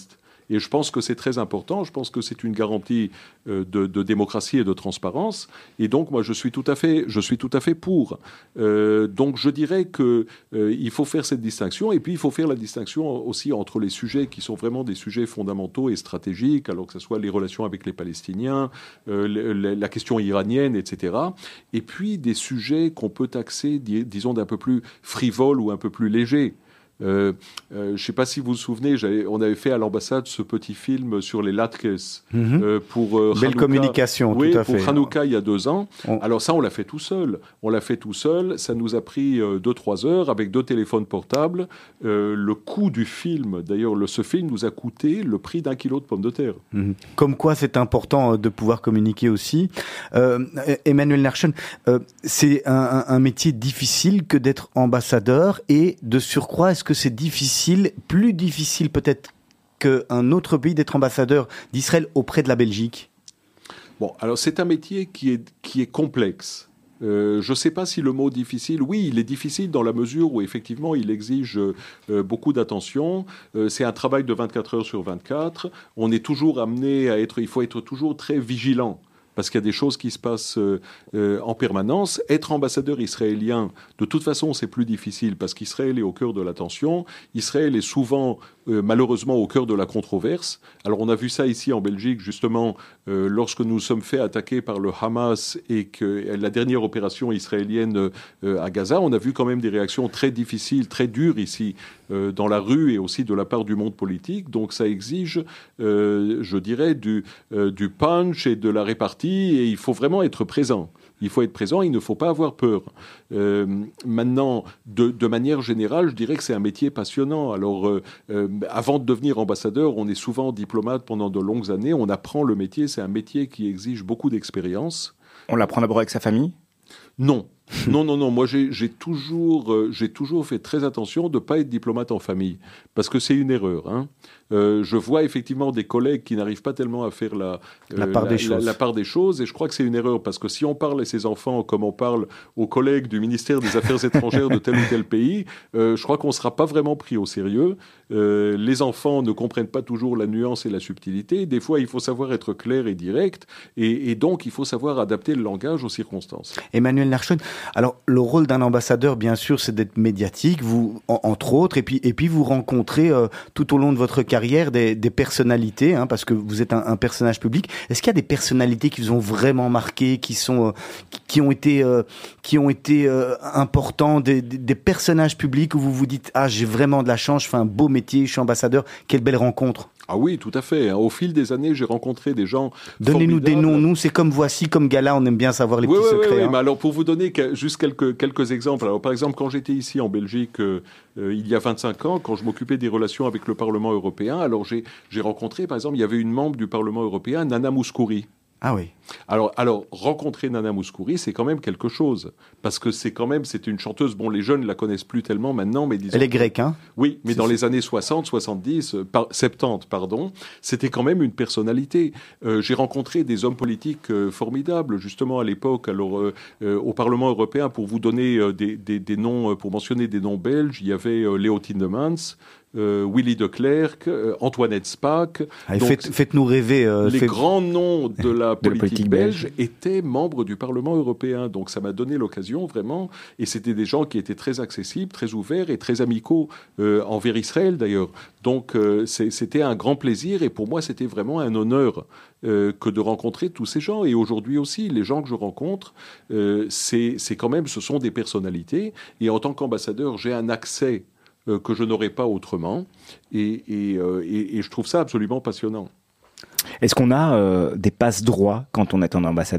Et je pense que c'est très important. Je pense que c'est une garantie euh, de, de démocratie et de transparence. Et donc, moi, je suis tout à fait, je suis tout à fait pour. Euh, donc, je dirais que euh, il faut faire cette distinction. Et puis, il faut faire la distinction aussi entre les sujets qui sont vraiment des sujets fondamentaux et stratégiques, alors que ce soit les relations avec les Palestiniens, euh, la, la question iranienne, et cetera. Et puis, des sujets qu'on peut taxer, dis, disons, d'un peu plus frivoles ou un peu plus légers. Euh, euh, je ne sais pas si vous vous souvenez, on avait fait à l'ambassade ce petit film sur les latkes mm-hmm. euh, pour euh, Belle communication, oui, tout à pour fait. Hanouka il y a deux ans. On... Alors ça, on l'a fait tout seul. On l'a fait tout seul. Ça nous a pris euh, deux trois heures avec deux téléphones portables. Euh, le coût du film, d'ailleurs, le, ce film nous a coûté le prix d'un kilo de pommes de terre. Mm-hmm. Comme quoi, c'est important de pouvoir communiquer aussi. Euh, Emmanuel Nerchen, euh, c'est un, un, un métier difficile que d'être ambassadeur et de surcroît, est-ce que que c'est difficile, plus difficile peut-être qu'un autre pays d'être ambassadeur d'Israël auprès de la Belgique? Bon, alors c'est un métier qui est, qui est complexe. Euh, je ne sais pas si le mot difficile, oui, il est difficile dans la mesure où effectivement il exige euh, beaucoup d'attention. Euh, c'est un travail de vingt-quatre heures sur vingt-quatre. On est toujours amené à être, il faut être toujours très vigilant. Parce qu'il y a des choses qui se passent euh, euh, en permanence. Être ambassadeur israélien, de toute façon, c'est plus difficile parce qu'Israël est au cœur de l'attention. Israël est souvent, euh, malheureusement, au cœur de la controverse. Alors, on a vu ça ici en Belgique, justement, euh, lorsque nous nous sommes fait attaquer par le Hamas et que la dernière opération israélienne euh, à Gaza, on a vu quand même des réactions très difficiles, très dures ici, euh, dans la rue et aussi de la part du monde politique. Donc, ça exige, euh, je dirais, du, euh, du punch et de la répartie. Et il faut vraiment être présent. Il faut être présent, il ne faut pas avoir peur. Euh, maintenant, de, de manière générale, je dirais que c'est un métier passionnant. Alors, euh, euh, avant de devenir ambassadeur, on est souvent diplomate pendant de longues années. On apprend le métier. C'est un métier qui exige beaucoup d'expérience. On l'apprend d'abord avec sa famille ? Non. Non, non, non. Moi, j'ai, j'ai, toujours, euh, j'ai toujours fait très attention de ne pas être diplomate en famille. Parce que c'est une erreur. Hein. Euh, je vois effectivement des collègues qui n'arrivent pas tellement à faire la, euh, la, part, la, des la, choses. la part des choses. Et je crois que c'est une erreur. Parce que si on parle à ses enfants comme on parle aux collègues du ministère des Affaires étrangères de tel ou tel pays, euh, je crois qu'on ne sera pas vraiment pris au sérieux. Euh, les enfants ne comprennent pas toujours la nuance et la subtilité. Des fois, il faut savoir être clair et direct. Et, et donc, il faut savoir adapter le langage aux circonstances. Emmanuel Nerchen, alors le rôle d'un ambassadeur, bien sûr, c'est d'être médiatique, vous, en, entre autres, et puis, et puis vous rencontrez euh, tout au long de votre carrière des, des personnalités, hein, parce que vous êtes un, un personnage public. Est-ce qu'il y a des personnalités qui vous ont vraiment marqué, qui sont, euh, qui, qui ont été, euh, qui ont été euh, importants, des, des, des personnages publics où vous vous dites, ah, j'ai vraiment de la chance, je fais un beau métier, je suis ambassadeur, quelle belle rencontre? Ah oui, tout à fait. Au fil des années, j'ai rencontré des gens. Donnez-nous formidables. des noms. Nous, c'est comme Voici, comme Gala, on aime bien savoir les oui, petits oui, secrets. Oui, oui. Hein. Mais alors, pour vous donner juste quelques, quelques exemples. Alors, par exemple, quand j'étais ici en Belgique, euh, euh, il y a vingt-cinq ans, quand je m'occupais des relations avec le Parlement européen, alors j'ai, j'ai rencontré, par exemple, il y avait une membre du Parlement européen, Nana Mouskouri. Ah oui. Alors, alors, rencontrer Nana Mouskouri, c'est quand même quelque chose. Parce que c'est quand même, c'est une chanteuse, bon, les jeunes la connaissent plus tellement maintenant, mais disons... Elle est grecque, hein? Oui, mais c'est dans ça. les années soixante, soixante-dix, euh, par, soixante-dix, pardon, c'était quand même une personnalité. Euh, j'ai rencontré des hommes politiques euh, formidables, justement, à l'époque, alors, euh, euh, au Parlement européen, pour vous donner euh, des, des, des noms, euh, pour mentionner des noms belges, il y avait euh, Léo Tindemans, Euh, Willy de Klerk, euh, Antoinette Spaak. Allez, faites, faites-nous rêver. Euh, les fait... grands noms de la politique, de la politique belge, belge étaient membres du Parlement européen. Donc ça m'a donné l'occasion vraiment, et c'était des gens qui étaient très accessibles, très ouverts et très amicaux euh, envers Israël d'ailleurs. Donc euh, c'est, c'était un grand plaisir et pour moi c'était vraiment un honneur euh, que de rencontrer tous ces gens. Et aujourd'hui aussi, les gens que je rencontre, euh, c'est, c'est quand même, ce sont des personnalités. Et en tant qu'ambassadeur, j'ai un accès Euh, que je n'aurais pas autrement. Et, et, euh, et, et je trouve ça absolument passionnant. Est-ce qu'on a euh, des passe-droits quand on est un ambassadeur ?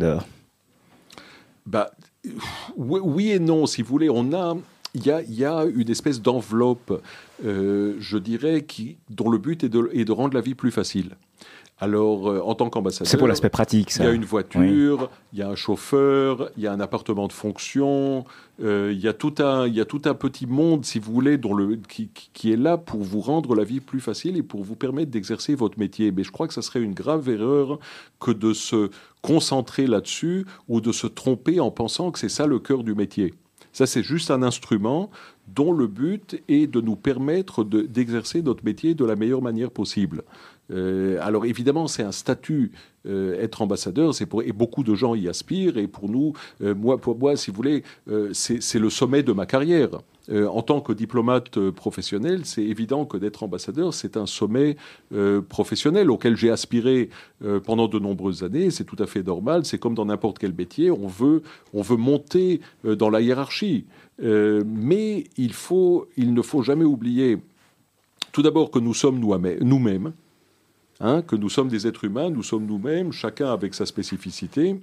Bah, oui, oui et non, si vous voulez. On a... Il y, a, il y a une espèce d'enveloppe, euh, je dirais, qui, dont le but est de, est de rendre la vie plus facile. Alors, euh, en tant qu'ambassadeur... C'est pour l'aspect pratique, ça. Il y a une voiture, oui. Il y a un chauffeur, il y a un appartement de fonction, euh, il y a tout un, il y a tout un petit monde, si vous voulez, dont le, qui, qui est là pour vous rendre la vie plus facile et pour vous permettre d'exercer votre métier. Mais je crois que ça serait une grave erreur que de se concentrer là-dessus ou de se tromper en pensant que c'est ça le cœur du métier. Ça, c'est juste un instrument dont le but est de nous permettre de, d'exercer notre métier de la meilleure manière possible. Euh, alors évidemment, c'est un statut, euh, être ambassadeur, c'est pour, et beaucoup de gens y aspirent, et pour nous, euh, moi, pour moi, si vous voulez, euh, c'est, c'est le sommet de ma carrière. Euh, en tant que diplomate euh, professionnel, c'est évident que d'être ambassadeur, c'est un sommet euh, professionnel auquel j'ai aspiré euh, pendant de nombreuses années. C'est tout à fait normal. C'est comme dans n'importe quel métier. On veut, on veut monter euh, dans la hiérarchie. Euh, mais il, faut, il ne faut jamais oublier, tout d'abord, que nous sommes nous-mêmes, hein, que nous sommes des êtres humains, nous sommes nous-mêmes, chacun avec sa spécificité.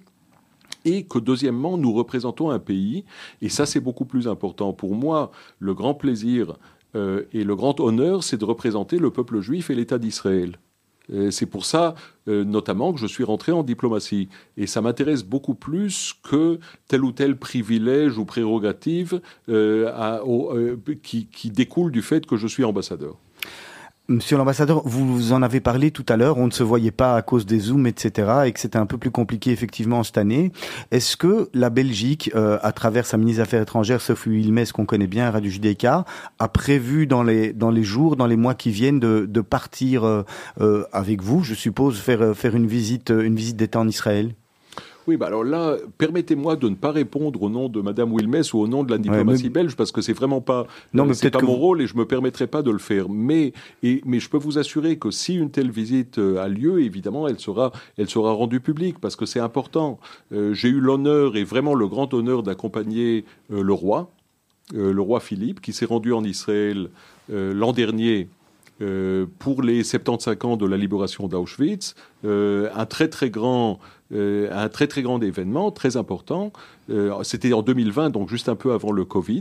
Et que, deuxièmement, nous représentons un pays, et ça, c'est beaucoup plus important. Pour moi, le grand plaisir euh, et le grand honneur, c'est de représenter le peuple juif et l'État d'Israël. Et c'est pour ça, euh, notamment, que je suis rentré en diplomatie. Et ça m'intéresse beaucoup plus que tel ou tel privilège ou prérogative euh, à, au, euh, qui, qui découle du fait que je suis ambassadeur. Monsieur l'ambassadeur, vous en avez parlé tout à l'heure, on ne se voyait pas à cause des Zooms, et cetera, et que c'était un peu plus compliqué effectivement cette année. Est-ce que la Belgique, euh, à travers sa ministre des Affaires étrangères, Sophie Wilmès, qu'on connaît bien, Radio Judaïka, a prévu dans les dans les jours, dans les mois qui viennent, de, de partir euh, euh, avec vous, je suppose, faire faire une visite une visite d'État en Israël? Oui, bah alors là, permettez-moi de ne pas répondre au nom de Madame Wilmès ou au nom de la diplomatie ouais, mais... belge, parce que c'est vraiment pas, non, mais c'est pas mon vous... rôle et je me permettrai pas de le faire. Mais, et, mais je peux vous assurer que si une telle visite a lieu, évidemment, elle sera, elle sera rendue publique, parce que c'est important. Euh, j'ai eu l'honneur et vraiment le grand honneur d'accompagner euh, le roi, euh, le roi Philippe, qui s'est rendu en Israël euh, l'an dernier. Euh, pour les soixante-quinze ans de la libération d'Auschwitz, euh, un très très grand, euh, un très très grand événement, très important. Euh, c'était en deux mille vingt, donc juste un peu avant le Covid.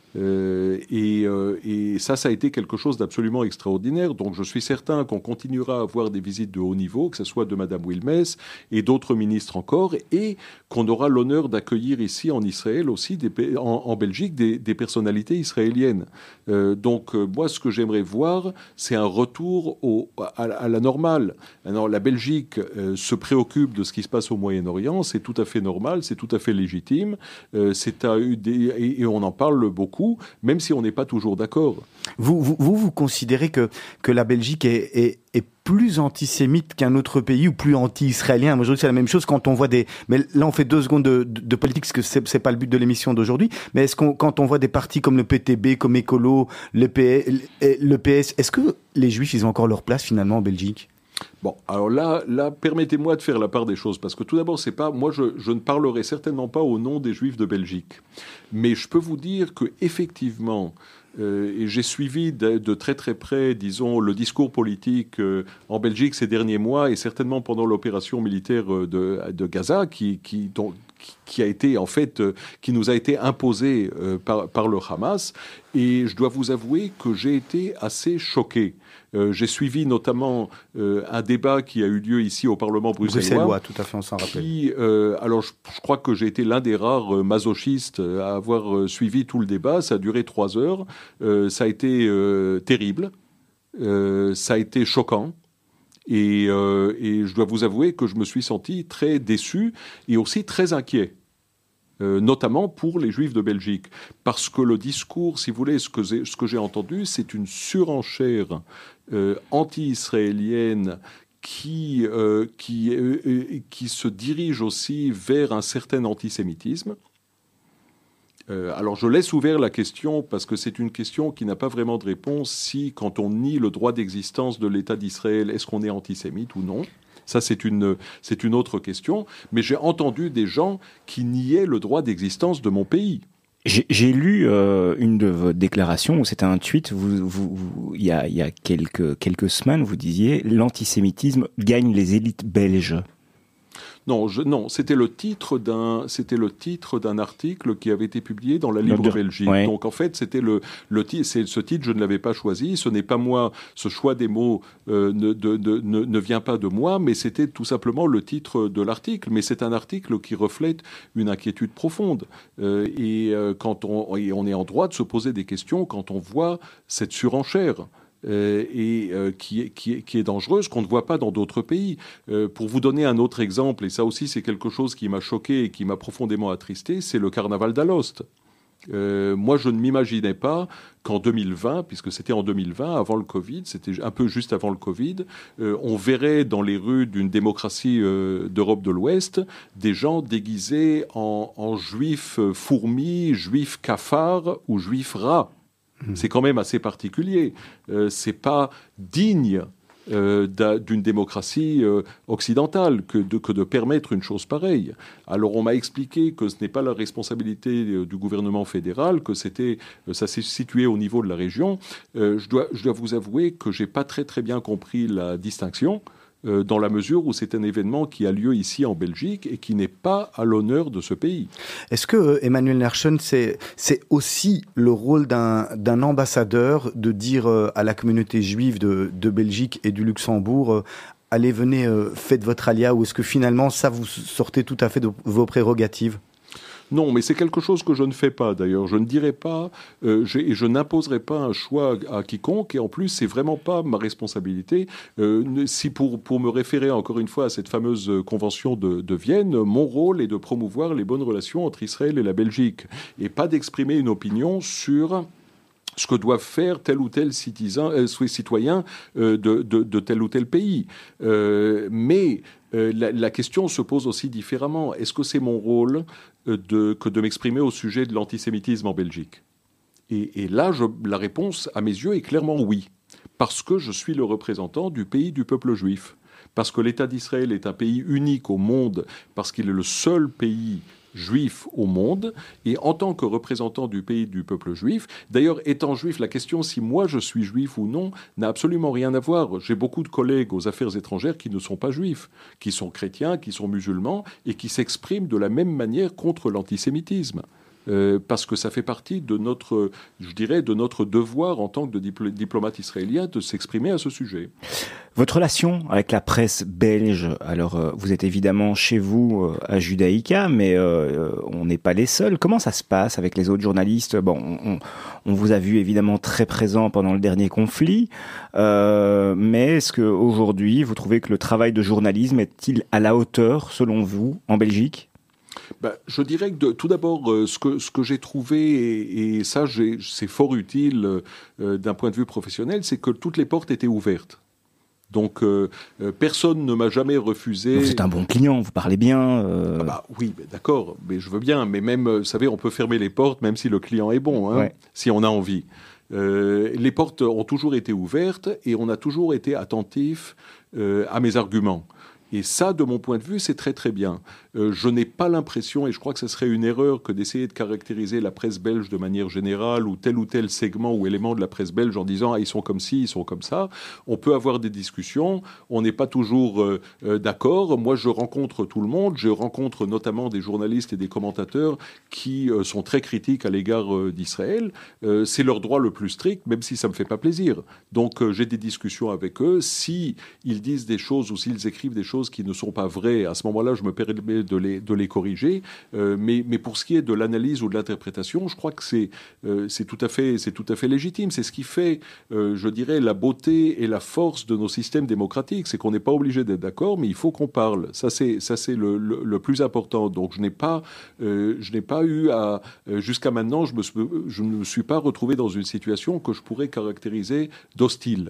Euh, et, euh, et ça, ça a été quelque chose d'absolument extraordinaire. Donc, je suis certain qu'on continuera à avoir des visites de haut niveau, que ce soit de Madame Wilmès et d'autres ministres encore, et qu'on aura l'honneur d'accueillir ici en Israël aussi, des, en, en Belgique, des, des personnalités israéliennes. Euh, donc, euh, moi, ce que j'aimerais voir, c'est un retour au, à, à la normale. Alors, la Belgique euh, se préoccupe de ce qui se passe au Moyen-Orient, c'est tout à fait normal, c'est tout à fait légitime, euh, c'est à, et, et on en parle beaucoup, même si on n'est pas toujours d'accord. Vous, vous, vous, vous considérez que, que la Belgique est, est, est plus antisémite qu'un autre pays ou plus anti-israélien? Moi, je dis c'est la même chose quand on voit des... Mais là, on fait deux secondes de, de, de politique, parce que c'est, c'est pas le but de l'émission d'aujourd'hui. Mais est-ce qu'on, quand on voit des partis comme le P T B, comme Écolo, le P S, le P S, est-ce que les Juifs, ils ont encore leur place finalement en Belgique? Bon, alors là, là, permettez-moi de faire la part des choses, parce que tout d'abord, c'est pas, moi, je, je ne parlerai certainement pas au nom des Juifs de Belgique, mais je peux vous dire que effectivement, euh, et j'ai suivi de, de très très près, disons, le discours politique euh, en Belgique ces derniers mois, et certainement pendant l'opération militaire de, de Gaza, qui, qui, dont, qui a été en fait, euh, qui nous a été imposée euh, par, par le Hamas, et je dois vous avouer que j'ai été assez choqué. Euh, j'ai suivi notamment euh, un débat qui a eu lieu ici au Parlement bruxellois. Bruxellois, tout à fait, on s'en rappelle. Qui, euh, alors, je, je crois que j'ai été l'un des rares euh, masochistes à avoir euh, suivi tout le débat. Ça a duré trois heures. Euh, ça a été euh, terrible. Euh, ça a été choquant. Et, euh, et je dois vous avouer que je me suis senti très déçu et aussi très inquiet. Euh, notamment pour les Juifs de Belgique. Parce que le discours, si vous voulez, ce que j'ai, ce que j'ai entendu, c'est une surenchère euh, anti-israélienne qui, euh, qui, euh, qui se dirige aussi vers un certain antisémitisme. Euh, alors je laisse ouvert la question, parce que c'est une question qui n'a pas vraiment de réponse, si, quand on nie le droit d'existence de l'État d'Israël, est-ce qu'on est antisémite ou non ? Ça, c'est une, c'est une autre question. Mais j'ai entendu des gens qui niaient le droit d'existence de mon pays. J'ai, j'ai lu euh, une de vos déclarations où c'était un tweet. Vous, vous, vous, il y a, il y a quelques, quelques semaines, vous disiez « L'antisémitisme gagne les élites belges ». Non, je, non, c'était le titre d'un, c'était le titre d'un article qui avait été publié dans la Libre Belgique. Ouais. Donc en fait, c'était le, le titre. C'est ce titre, je ne l'avais pas choisi. Ce n'est pas moi. Ce choix des mots euh, ne, de, de, ne, ne vient pas de moi, mais c'était tout simplement le titre de l'article. Mais c'est un article qui reflète une inquiétude profonde. Euh, et euh, quand on, et on est en droit de se poser des questions quand on voit cette surenchère. Euh, et euh, qui, est, qui, est, qui est dangereuse, qu'on ne voit pas dans d'autres pays. Euh, pour vous donner un autre exemple, et ça aussi c'est quelque chose qui m'a choqué et qui m'a profondément attristé, c'est le carnaval d'Alost. Euh, moi, je ne m'imaginais pas qu'en deux mille vingt, puisque c'était en deux mille vingt, avant le Covid, c'était un peu juste avant le Covid, euh, on verrait dans les rues d'une démocratie euh, d'Europe de l'Ouest des gens déguisés en, en juifs fourmis, juifs cafards ou juifs rats. Mmh. C'est quand même assez particulier. Euh, c'est pas digne Euh, d'une démocratie euh, occidentale que de, que de permettre une chose pareille. Alors on m'a expliqué que ce n'est pas la responsabilité euh, du gouvernement fédéral, que c'était, euh, ça s'est situé au niveau de la région. Euh, je, dois, je dois vous avouer que j'ai pas très très bien compris la distinction, euh, dans la mesure où c'est un événement qui a lieu ici en Belgique et qui n'est pas à l'honneur de ce pays. Est-ce que euh, Emmanuel Nerschen, c'est, c'est aussi le rôle d'un, d'un ambassadeur de dire euh, à la communauté juive de, de Belgique et du Luxembourg euh, allez, venez, euh, faites votre alia, ou est-ce que finalement ça vous sortez tout à fait de vos prérogatives ? Non, mais c'est quelque chose que je ne fais pas d'ailleurs. Je ne dirai pas, euh, et je n'imposerai pas un choix à quiconque, et en plus, c'est vraiment pas ma responsabilité. Euh, si pour, pour me référer encore une fois à cette fameuse convention de, de Vienne, mon rôle est de promouvoir les bonnes relations entre Israël et la Belgique, et pas d'exprimer une opinion sur ce que doivent faire tel ou tel citizen, euh, citoyen euh, de, de, de tel ou tel pays. Euh, mais euh, la, la question se pose aussi différemment. Est-ce que c'est mon rôle euh, de, que de m'exprimer au sujet de l'antisémitisme en Belgique ? et, et là, je, la réponse, à mes yeux, est clairement oui. Parce que je suis le représentant du pays du peuple juif. Parce que l'État d'Israël est un pays unique au monde, parce qu'il est le seul pays juif au monde, et en tant que représentant du pays du peuple juif, d'ailleurs étant juif, la question si moi je suis juif ou non n'a absolument rien à voir. J'ai beaucoup de collègues aux affaires étrangères qui ne sont pas juifs, qui sont chrétiens, qui sont musulmans, et qui s'expriment de la même manière contre l'antisémitisme. Euh, parce que ça fait partie de notre, je dirais, de notre devoir en tant que dipl- diplomate israélien de s'exprimer à ce sujet. Votre relation avec la presse belge, alors euh, vous êtes évidemment chez vous euh, à Judaïka, mais euh, on n'est pas les seuls. Comment ça se passe avec les autres journalistes ? Bon, on, on vous a vu évidemment très présent pendant le dernier conflit, euh, mais est-ce qu'aujourd'hui vous trouvez que le travail de journalisme est-il à la hauteur, selon vous, en Belgique ? Ben, je dirais que de, tout d'abord, euh, ce que, ce que j'ai trouvé, et, et ça j'ai, c'est fort utile euh, d'un point de vue professionnel, c'est que toutes les portes étaient ouvertes. Donc euh, euh, personne ne m'a jamais refusé. Donc c'est un bon client, vous parlez bien. Euh... Ah bah, oui, mais d'accord, mais je veux bien. Mais même, vous savez, on peut fermer les portes même si le client est bon, hein, ouais. Si on a envie. Euh, les portes ont toujours été ouvertes et on a toujours été attentif euh, à mes arguments. Et ça, de mon point de vue, c'est très très bien. Euh, je n'ai pas l'impression, et je crois que ce serait une erreur, que d'essayer de caractériser la presse belge de manière générale ou tel ou tel segment ou élément de la presse belge en disant « ah, ils sont comme ci, ils sont comme ça ». On peut avoir des discussions, on n'est pas toujours euh, euh, d'accord. Moi, je rencontre tout le monde, je rencontre notamment des journalistes et des commentateurs qui euh, sont très critiques à l'égard euh, d'Israël. Euh, c'est leur droit le plus strict, même si ça ne me fait pas plaisir. Donc, euh, j'ai des discussions avec eux. Si ils disent des choses ou s'ils écrivent des choses qui ne sont pas vraies, à ce moment-là, je me permets de les, de les corriger. Euh, mais, mais pour ce qui est de l'analyse ou de l'interprétation, je crois que c'est, euh, c'est, tout à fait, c'est tout à fait légitime. C'est ce qui fait, euh, je dirais, la beauté et la force de nos systèmes démocratiques. C'est qu'on n'est pas obligé d'être d'accord, mais il faut qu'on parle. Ça, c'est, ça, c'est le, le, le plus important. Donc, je n'ai pas, euh, je n'ai pas eu à... Euh, jusqu'à maintenant, je, me, je ne me suis pas retrouvé dans une situation que je pourrais caractériser d'hostile.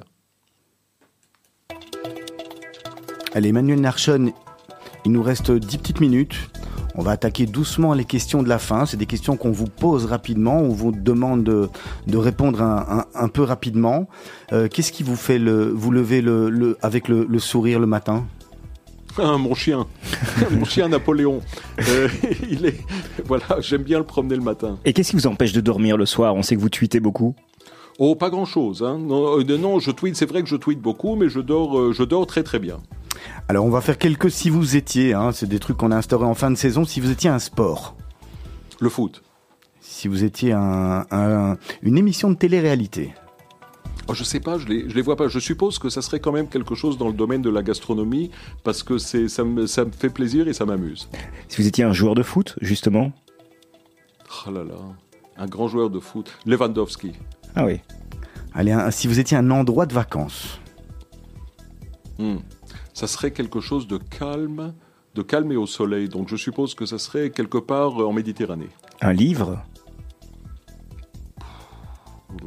Allez, Emmanuel Nerschen, il nous reste dix petites minutes. On va attaquer doucement les questions de la fin. C'est des questions qu'on vous pose rapidement. On vous demande de, de répondre un, un, un peu rapidement. Euh, qu'est-ce qui vous fait le, vous lever le, le, avec le, le sourire le matin ? Ah, mon chien, mon chien Napoléon. Euh, il est, voilà, j'aime bien le promener le matin. Et qu'est-ce qui vous empêche de dormir le soir ? On sait que vous tweetez beaucoup. Oh, pas grand-chose. Hein. Non, euh, non, je tweete. C'est vrai que je tweete beaucoup, mais je dors, euh, je dors très très bien. Alors, on va faire quelques si vous étiez. Hein, c'est des trucs qu'on a instaurés en fin de saison. Si vous étiez un sport. Le foot. Si vous étiez un, un, une émission de télé-réalité. Oh, je sais pas, je les, je les vois pas. Je suppose que ça serait quand même quelque chose dans le domaine de la gastronomie, parce que c'est, ça me, ça me fait plaisir et ça m'amuse. Si vous étiez un joueur de foot, justement. Oh là là, un grand joueur de foot. Lewandowski. Ah oui. Allez, un, si vous étiez un endroit de vacances. Hmm. Ça serait quelque chose de calme, de calme et au soleil. Donc je suppose que ça serait quelque part en Méditerranée. Un livre ?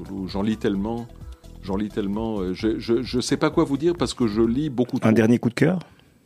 Loulou. J'en lis tellement. J'en lis tellement. euh, Je, je, je sais pas quoi vous dire parce que je lis beaucoup trop. Un dernier coup de cœur?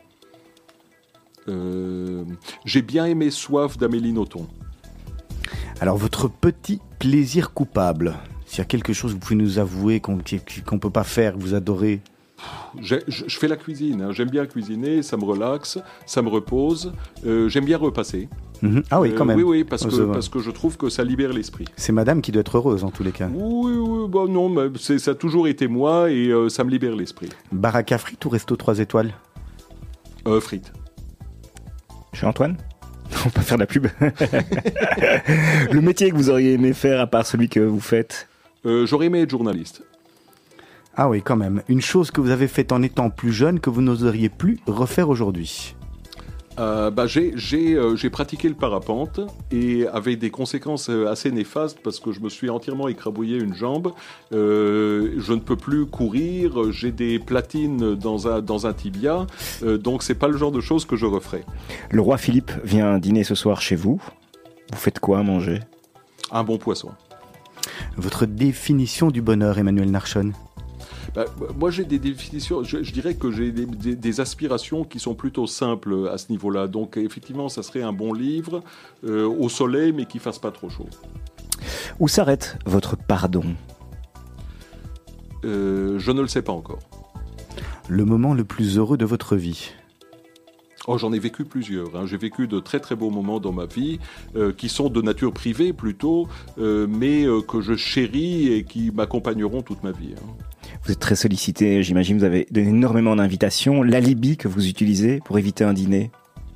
Euh, j'ai bien aimé Soif d'Amélie Nothomb. Alors, votre petit plaisir coupable, s'il y a quelque chose que vous pouvez nous avouer qu'on ne peut pas faire, que vous adorez. J'ai- Je, je fais la cuisine, hein. J'aime bien cuisiner, ça me relaxe, ça me repose. Euh, j'aime bien repasser. Mhm. Ah oui, Euh, quand même. Oui, oui, parce Oh, que, ça va. parce que je trouve que ça libère l'esprit. C'est madame qui doit être heureuse en tous les cas. Oui, oui, bah non, mais c'est- ça a toujours été moi et euh, ça me libère l'esprit. Baraka frites ou resto trois étoiles? Euh, frites. Je suis Antoine. On va pas faire de la pub. Le métier que vous auriez aimé faire à part celui que vous faites? Euh, j'aurais aimé être journaliste. Ah oui, quand même. Une chose que vous avez faite en étant plus jeune que vous n'oseriez plus refaire aujourd'hui. Euh, bah, j'ai, j'ai, euh, j'ai pratiqué le parapente et avec des conséquences euh, assez néfastes parce que je me suis entièrement écrabouillé une jambe. Euh, je ne peux plus courir, j'ai des platines dans un, dans un tibia, euh, donc c'est pas le genre de choses que je referais. Le roi Philippe vient dîner ce soir chez vous. Vous faites quoi à manger? Un bon poisson. Votre définition du bonheur, Emmanuel Narchon? Bah, moi, j'ai des définitions, je, je dirais que j'ai des, des- des aspirations qui sont plutôt simples à ce niveau-là. Donc, effectivement, ça serait un bon livre euh, au soleil, mais qui fasse pas trop chaud. Où s'arrête votre pardon? Euh, je ne le sais pas encore. Le moment le plus heureux de votre vie? Oh, j'en ai vécu plusieurs. hein. J'ai vécu de très très beaux moments dans ma vie, euh, qui sont de nature privée plutôt, euh, mais euh, que je chéris et qui m'accompagneront toute ma vie. hein. Vous êtes très sollicité, j'imagine, vous avez donné énormément d'invitations. L'alibi que vous utilisez pour éviter un dîner?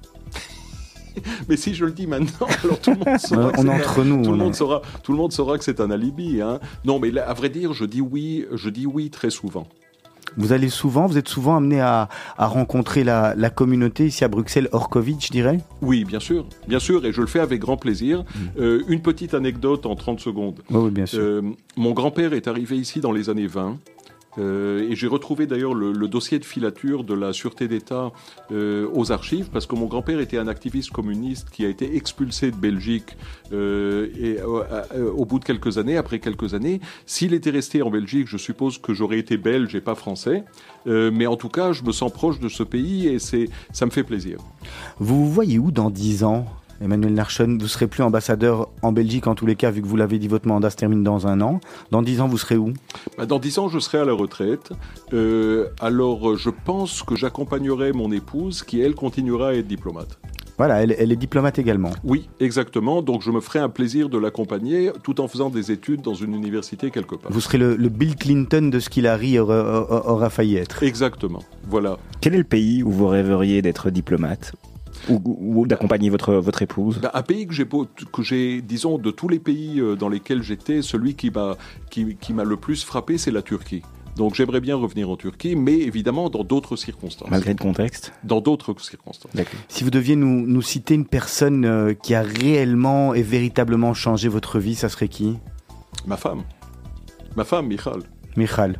Mais si je le dis maintenant, alors tout le monde saura. Euh, que on c'est est un- entre nous, Tout on le, monde est- saura, tout le monde saura que c'est un alibi. Hein. Non, mais là, à vrai dire, je dis oui, je dis oui très souvent. Vous allez souvent, vous êtes souvent amené à, à rencontrer la, la communauté ici à Bruxelles, hors Covid, je dirais? Oui, bien sûr, bien sûr, et je le fais avec grand plaisir. Euh, une petite anecdote en trente secondes. Oui, oui, bien sûr. Euh, mon grand-père est arrivé ici dans les années vingt. euh, et j'ai retrouvé d'ailleurs le, le dossier de filature de la Sûreté d'État euh, aux archives, parce que mon grand-père était un activiste communiste qui a été expulsé de Belgique euh, et, euh, euh, au bout de quelques années, après quelques années. S'il était resté en Belgique, je suppose que j'aurais été belge et pas français. Euh, mais en tout cas, je me sens proche de ce pays et c'est, ça me fait plaisir. Vous vous voyez où dans dix ans, Emmanuel Narchon? Vous serez plus ambassadeur en Belgique en tous les cas, vu que vous l'avez dit, votre mandat se termine dans un an. Dans dix ans, vous serez où? Bah, Dans dix ans, je serai à la retraite. Euh, alors, je pense que j'accompagnerai mon épouse, qui, elle, continuera à être diplomate. Voilà, elle, elle est diplomate également. Oui, exactement. Donc, je me ferai un plaisir de l'accompagner, tout en faisant des études dans une université quelque part. Vous serez le, le Bill Clinton de ce qu'Hillary aura, aura, aura failli être. Exactement. Voilà. Quel est le pays où vous rêveriez d'être diplomate? Ou, ou- ou d'accompagner votre, votre épouse? Bah, un pays que j'ai, beau- que j'ai, disons, de tous les pays euh, dans lesquels j'étais, celui qui m'a, qui, qui m'a le plus frappé, c'est la Turquie. Donc, j'aimerais bien revenir en Turquie, mais évidemment dans d'autres circonstances. Malgré le contexte? Dans d'autres circonstances. D'accord. Si vous deviez nous, nous citer une personne euh, qui a réellement et véritablement changé votre vie, ça serait qui? Ma femme. Ma femme, Michal. Michal.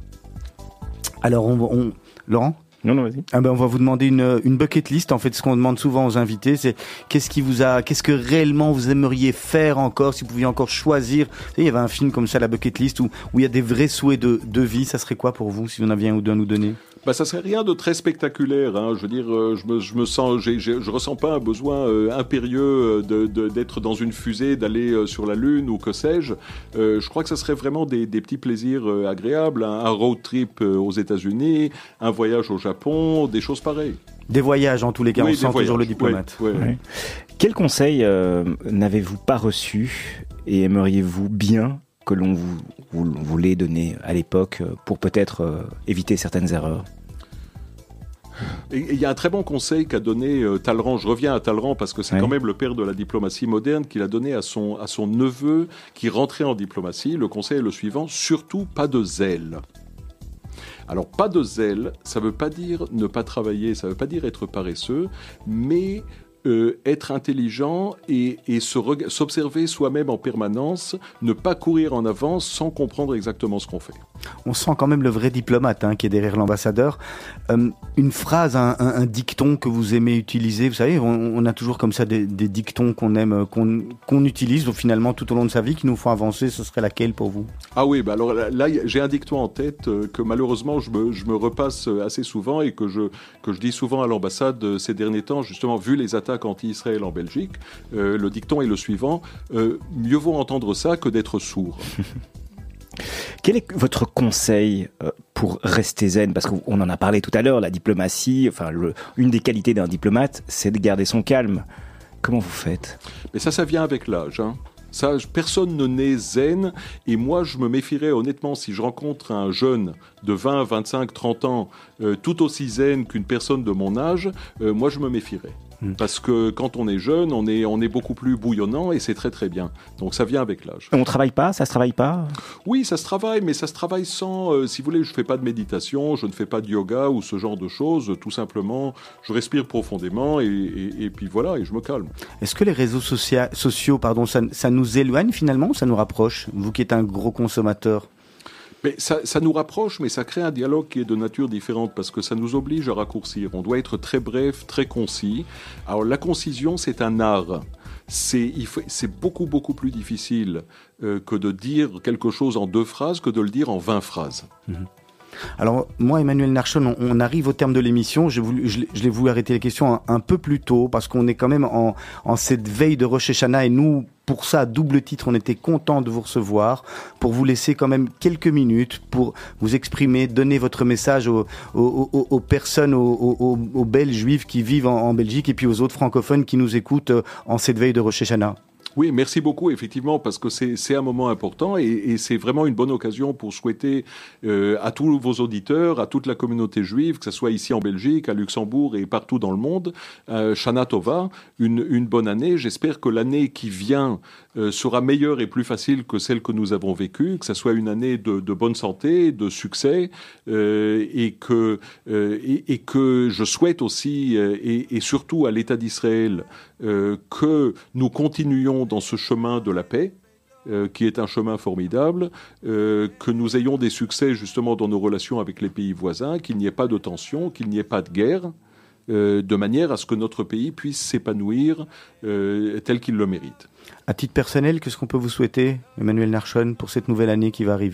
Alors, on, on... Laurent? Non, non, vas-y. Ah ben, on va vous demander une, une bucket list. En fait, ce qu'on demande souvent aux invités, c'est qu'est-ce qui vous a, qu'est-ce que réellement vous aimeriez faire encore, si vous pouviez encore choisir. Vous savez, il y avait un film comme ça, la bucket list, où, où il y a des vrais souhaits de, de vie. Ça serait quoi pour vous, si vous en aviez un ou deux à nous donner? Bah, ça serait rien de très spectaculaire. Hein. Je veux dire, euh, je me, je me sens, j'ai, j'ai, je ressens pas un besoin euh, impérieux euh, de, de, d'être dans une fusée, d'aller euh, sur la Lune ou que sais-je. Euh, je crois que ça serait vraiment des, des petits plaisirs euh, agréables. Un, un road trip euh, aux États-Unis, un voyage au Japon, des choses pareilles. Des voyages, en tous les cas. Oui, On des sent toujours voyages. le diplomate. Ouais, ouais. Ouais. Quel conseil euh, n'avez-vous pas reçu et aimeriez-vous bien que l'on vous, vous, vous l'ait donné à l'époque euh, pour peut-être euh, éviter certaines erreurs? Et il y a un très bon conseil qu'a donné euh, Talleyrand. Je reviens à Talleyrand parce que c'est Ouais. quand même le père de la diplomatie moderne qu'il a donné à son, à son neveu qui rentrait en diplomatie. Le conseil est le suivant, surtout pas de zèle. Alors, pas de zèle, ça ne veut pas dire ne pas travailler, ça ne veut pas dire être paresseux, mais euh, être intelligent et, et se reg- s'observer soi-même en permanence, ne pas courir en avance sans comprendre exactement ce qu'on fait. On sent quand même le vrai diplomate hein, qui est derrière l'ambassadeur. Euh, une phrase, un, un, un dicton que vous aimez utiliser, vous savez, on, on a toujours comme ça des, des dictons qu'on aime, qu'on, qu'on utilise donc, finalement tout au long de sa vie, qui nous font avancer. Ce serait laquelle pour vous ? Ah oui, bah alors là, là, j'ai un dicton en tête euh, que malheureusement je me, je me repasse assez souvent et que je, que je dis souvent à l'ambassade euh, ces derniers temps, justement, vu les attaques anti-Israël en Belgique. Euh, le dicton est le suivant, euh, mieux vaut entendre ça que d'être sourd. Quel est votre conseil euh, pour rester zen ? Parce qu'on en a parlé tout à l'heure, la diplomatie, enfin, le, une des qualités d'un diplomate, c'est de garder son calme. Comment vous faites ? Mais ça, ça vient avec l'âge, hein. Ça, personne ne naît zen, et moi je me méfierais honnêtement si je rencontre un jeune de vingt, vingt-cinq, trente ans euh, tout aussi zen qu'une personne de mon âge, euh, moi je me méfierais. Mmh. Parce que quand on est jeune, on est, on est beaucoup plus bouillonnant et c'est très très bien. Donc ça vient avec l'âge. On ne travaille pas ? Ça se travaille pas ? Oui, ça se travaille, mais ça se travaille sans... Euh, si vous voulez, je ne fais pas de méditation, je ne fais pas de yoga ou ce genre de choses. Tout simplement, je respire profondément et, et, et puis voilà, et je me calme. Est-ce que les réseaux socia- sociaux, pardon, ça, ça nous éloigne finalement ou ça nous rapproche ? Vous qui êtes un gros consommateur. Mais ça, ça nous rapproche, mais ça crée un dialogue qui est de nature différente parce que ça nous oblige à raccourcir. On doit être très bref, très concis. Alors la concision, c'est un art. C'est, il faut, c'est beaucoup, beaucoup plus difficile euh, que de dire quelque chose en deux phrases que de le dire en vingt phrases. Mmh. Alors moi, Emmanuel Narchon, on, on arrive au terme de l'émission. Je, voulu, je, je l'ai voulu arrêter les questions un, un peu plus tôt parce qu'on est quand même en, en cette veille de Rosh Hashanah et nous, pour ça, à double titre, on était content de vous recevoir, pour vous laisser quand même quelques minutes pour vous exprimer, donner votre message aux, aux, aux, aux personnes, aux, aux, aux Belges juifs qui vivent en, en Belgique et puis aux autres francophones qui nous écoutent en cette veille de Rosh Hashanah. Oui, merci beaucoup, effectivement, parce que c'est, c'est un moment important et, et c'est vraiment une bonne occasion pour souhaiter euh, à tous vos auditeurs, à toute la communauté juive, que ce soit ici en Belgique, à Luxembourg et partout dans le monde, euh, Shana Tova, une, une bonne année. J'espère que l'année qui vient euh, sera meilleure et plus facile que celle que nous avons vécue, que ce soit une année de, de bonne santé, de succès, euh, et, que, euh, et, et que je souhaite aussi, euh, et, et surtout à l'État d'Israël, euh, que nous continuions dans ce chemin de la paix, euh, qui est un chemin formidable, euh, que nous ayons des succès justement dans nos relations avec les pays voisins, qu'il n'y ait pas de tension, qu'il n'y ait pas de guerre, euh, de manière à ce que notre pays puisse s'épanouir euh, tel qu'il le mérite. À titre personnel, qu'est-ce qu'on peut vous souhaiter, Emmanuel Narchon, pour cette nouvelle année qui va arriver ?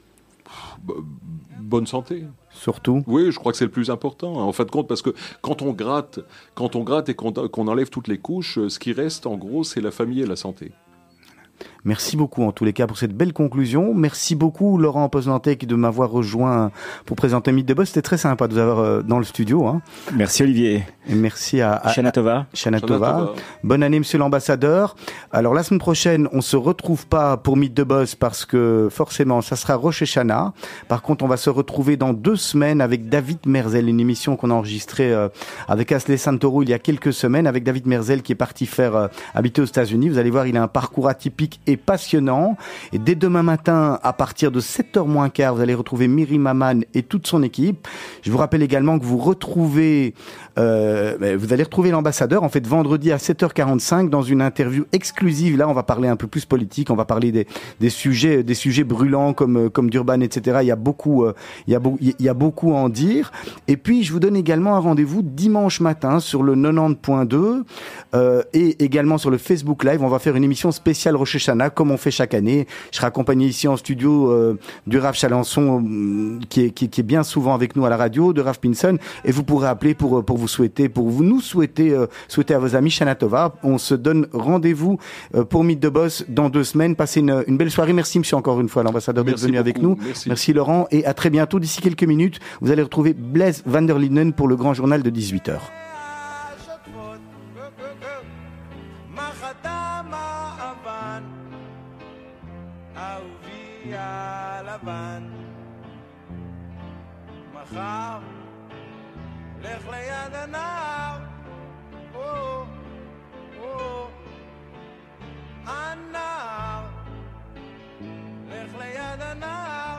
Bonne santé. Surtout. Oui, je crois que c'est le plus important, hein, en fin de compte, parce que quand on gratte, quand on gratte et qu'on, qu'on enlève toutes les couches, ce qui reste, en gros, c'est la famille et la santé. Merci beaucoup en tous les cas pour cette belle conclusion. Merci beaucoup Laurent Poznantek de m'avoir rejoint pour présenter Mythe de Boss. C'était très sympa de vous avoir euh, dans le studio. Hein. Merci Olivier. Et merci à, à Shana Tova. Shana Tova. Bonne année Monsieur l'ambassadeur. Alors la semaine prochaine, on se retrouve pas pour Mythe de Boss parce que forcément ça sera Rosh Hashanah. Par contre, on va se retrouver dans deux semaines avec David Merzel, une émission qu'on a enregistrée euh, avec Asley Santoro il y a quelques semaines avec David Merzel qui est parti faire euh, habiter aux États-Unis. Vous allez voir, il a un parcours atypique et passionnant. Et dès demain matin, à partir de sept heures moins quart, vous allez retrouver Miri Maman et toute son équipe. Je vous rappelle également que vous retrouvez, euh, vous allez retrouver l'ambassadeur, en fait, vendredi à sept heures quarante-cinq dans une interview exclusive. Là, on va parler un peu plus politique, on va parler des, des sujets, des sujets brûlants comme, comme Durban, et cetera. Il y a beaucoup, euh, il y a beaucoup, il y a beaucoup à en dire. Et puis, je vous donne également un rendez-vous dimanche matin sur le quatre-vingt-dix point deux, euh, et également sur le Facebook Live. On va faire une émission spéciale Rosh Hashanah, comme on fait chaque année. Je serai accompagné ici en studio euh, du Rav Chalençon, euh, qui, est, qui, qui est bien souvent avec nous à la radio, de Rav Pinson, et vous pourrez appeler pour, pour vous souhaiter, pour vous nous souhaiter, euh, souhaiter à vos amis Shana Tova. On se donne rendez-vous euh, pour Mythe de Boss dans deux semaines. Passez une, une belle soirée. Merci monsieur encore une fois, l'ambassadeur, d'être venu avec nous. Merci. Merci Laurent, et à très bientôt. D'ici quelques minutes, vous allez retrouver Blaise van der Linden pour le grand journal de dix-huit heures. מחר, לך ליד הנהר, או, או, הנהר, לך ליד הנהר,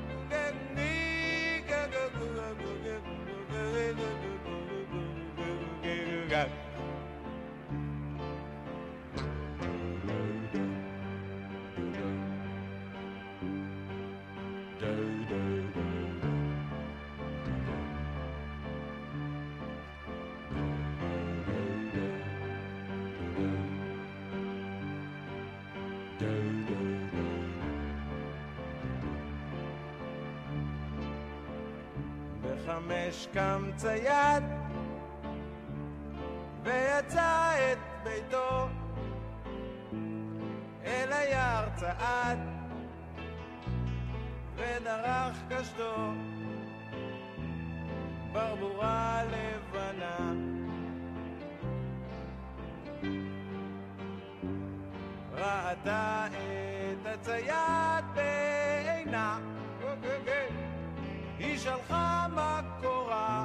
גגי, גגי, גגי, גגי, גגי, גגי, גגי, שמש קם צייד ויצא את ביתו אל היער צעד ודרך קשתו ברבורה לבנה ראתה את הצייד בעינה היא שלחה מקורה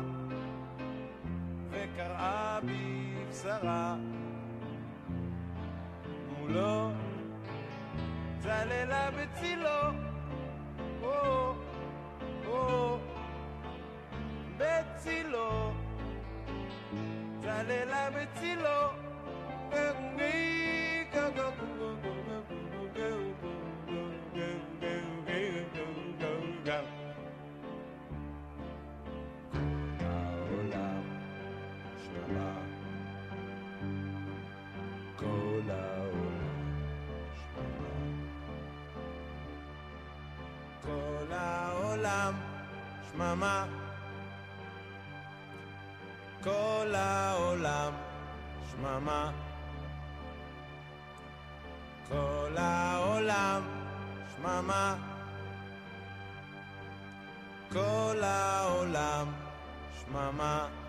וקראה בבשרה מולו צללה בצילו או או בצילו צללה בצילו העולם שממה כל העולם שממה כל העולם שממה כל העולם שממה כל העולם שממה כל העולם שממה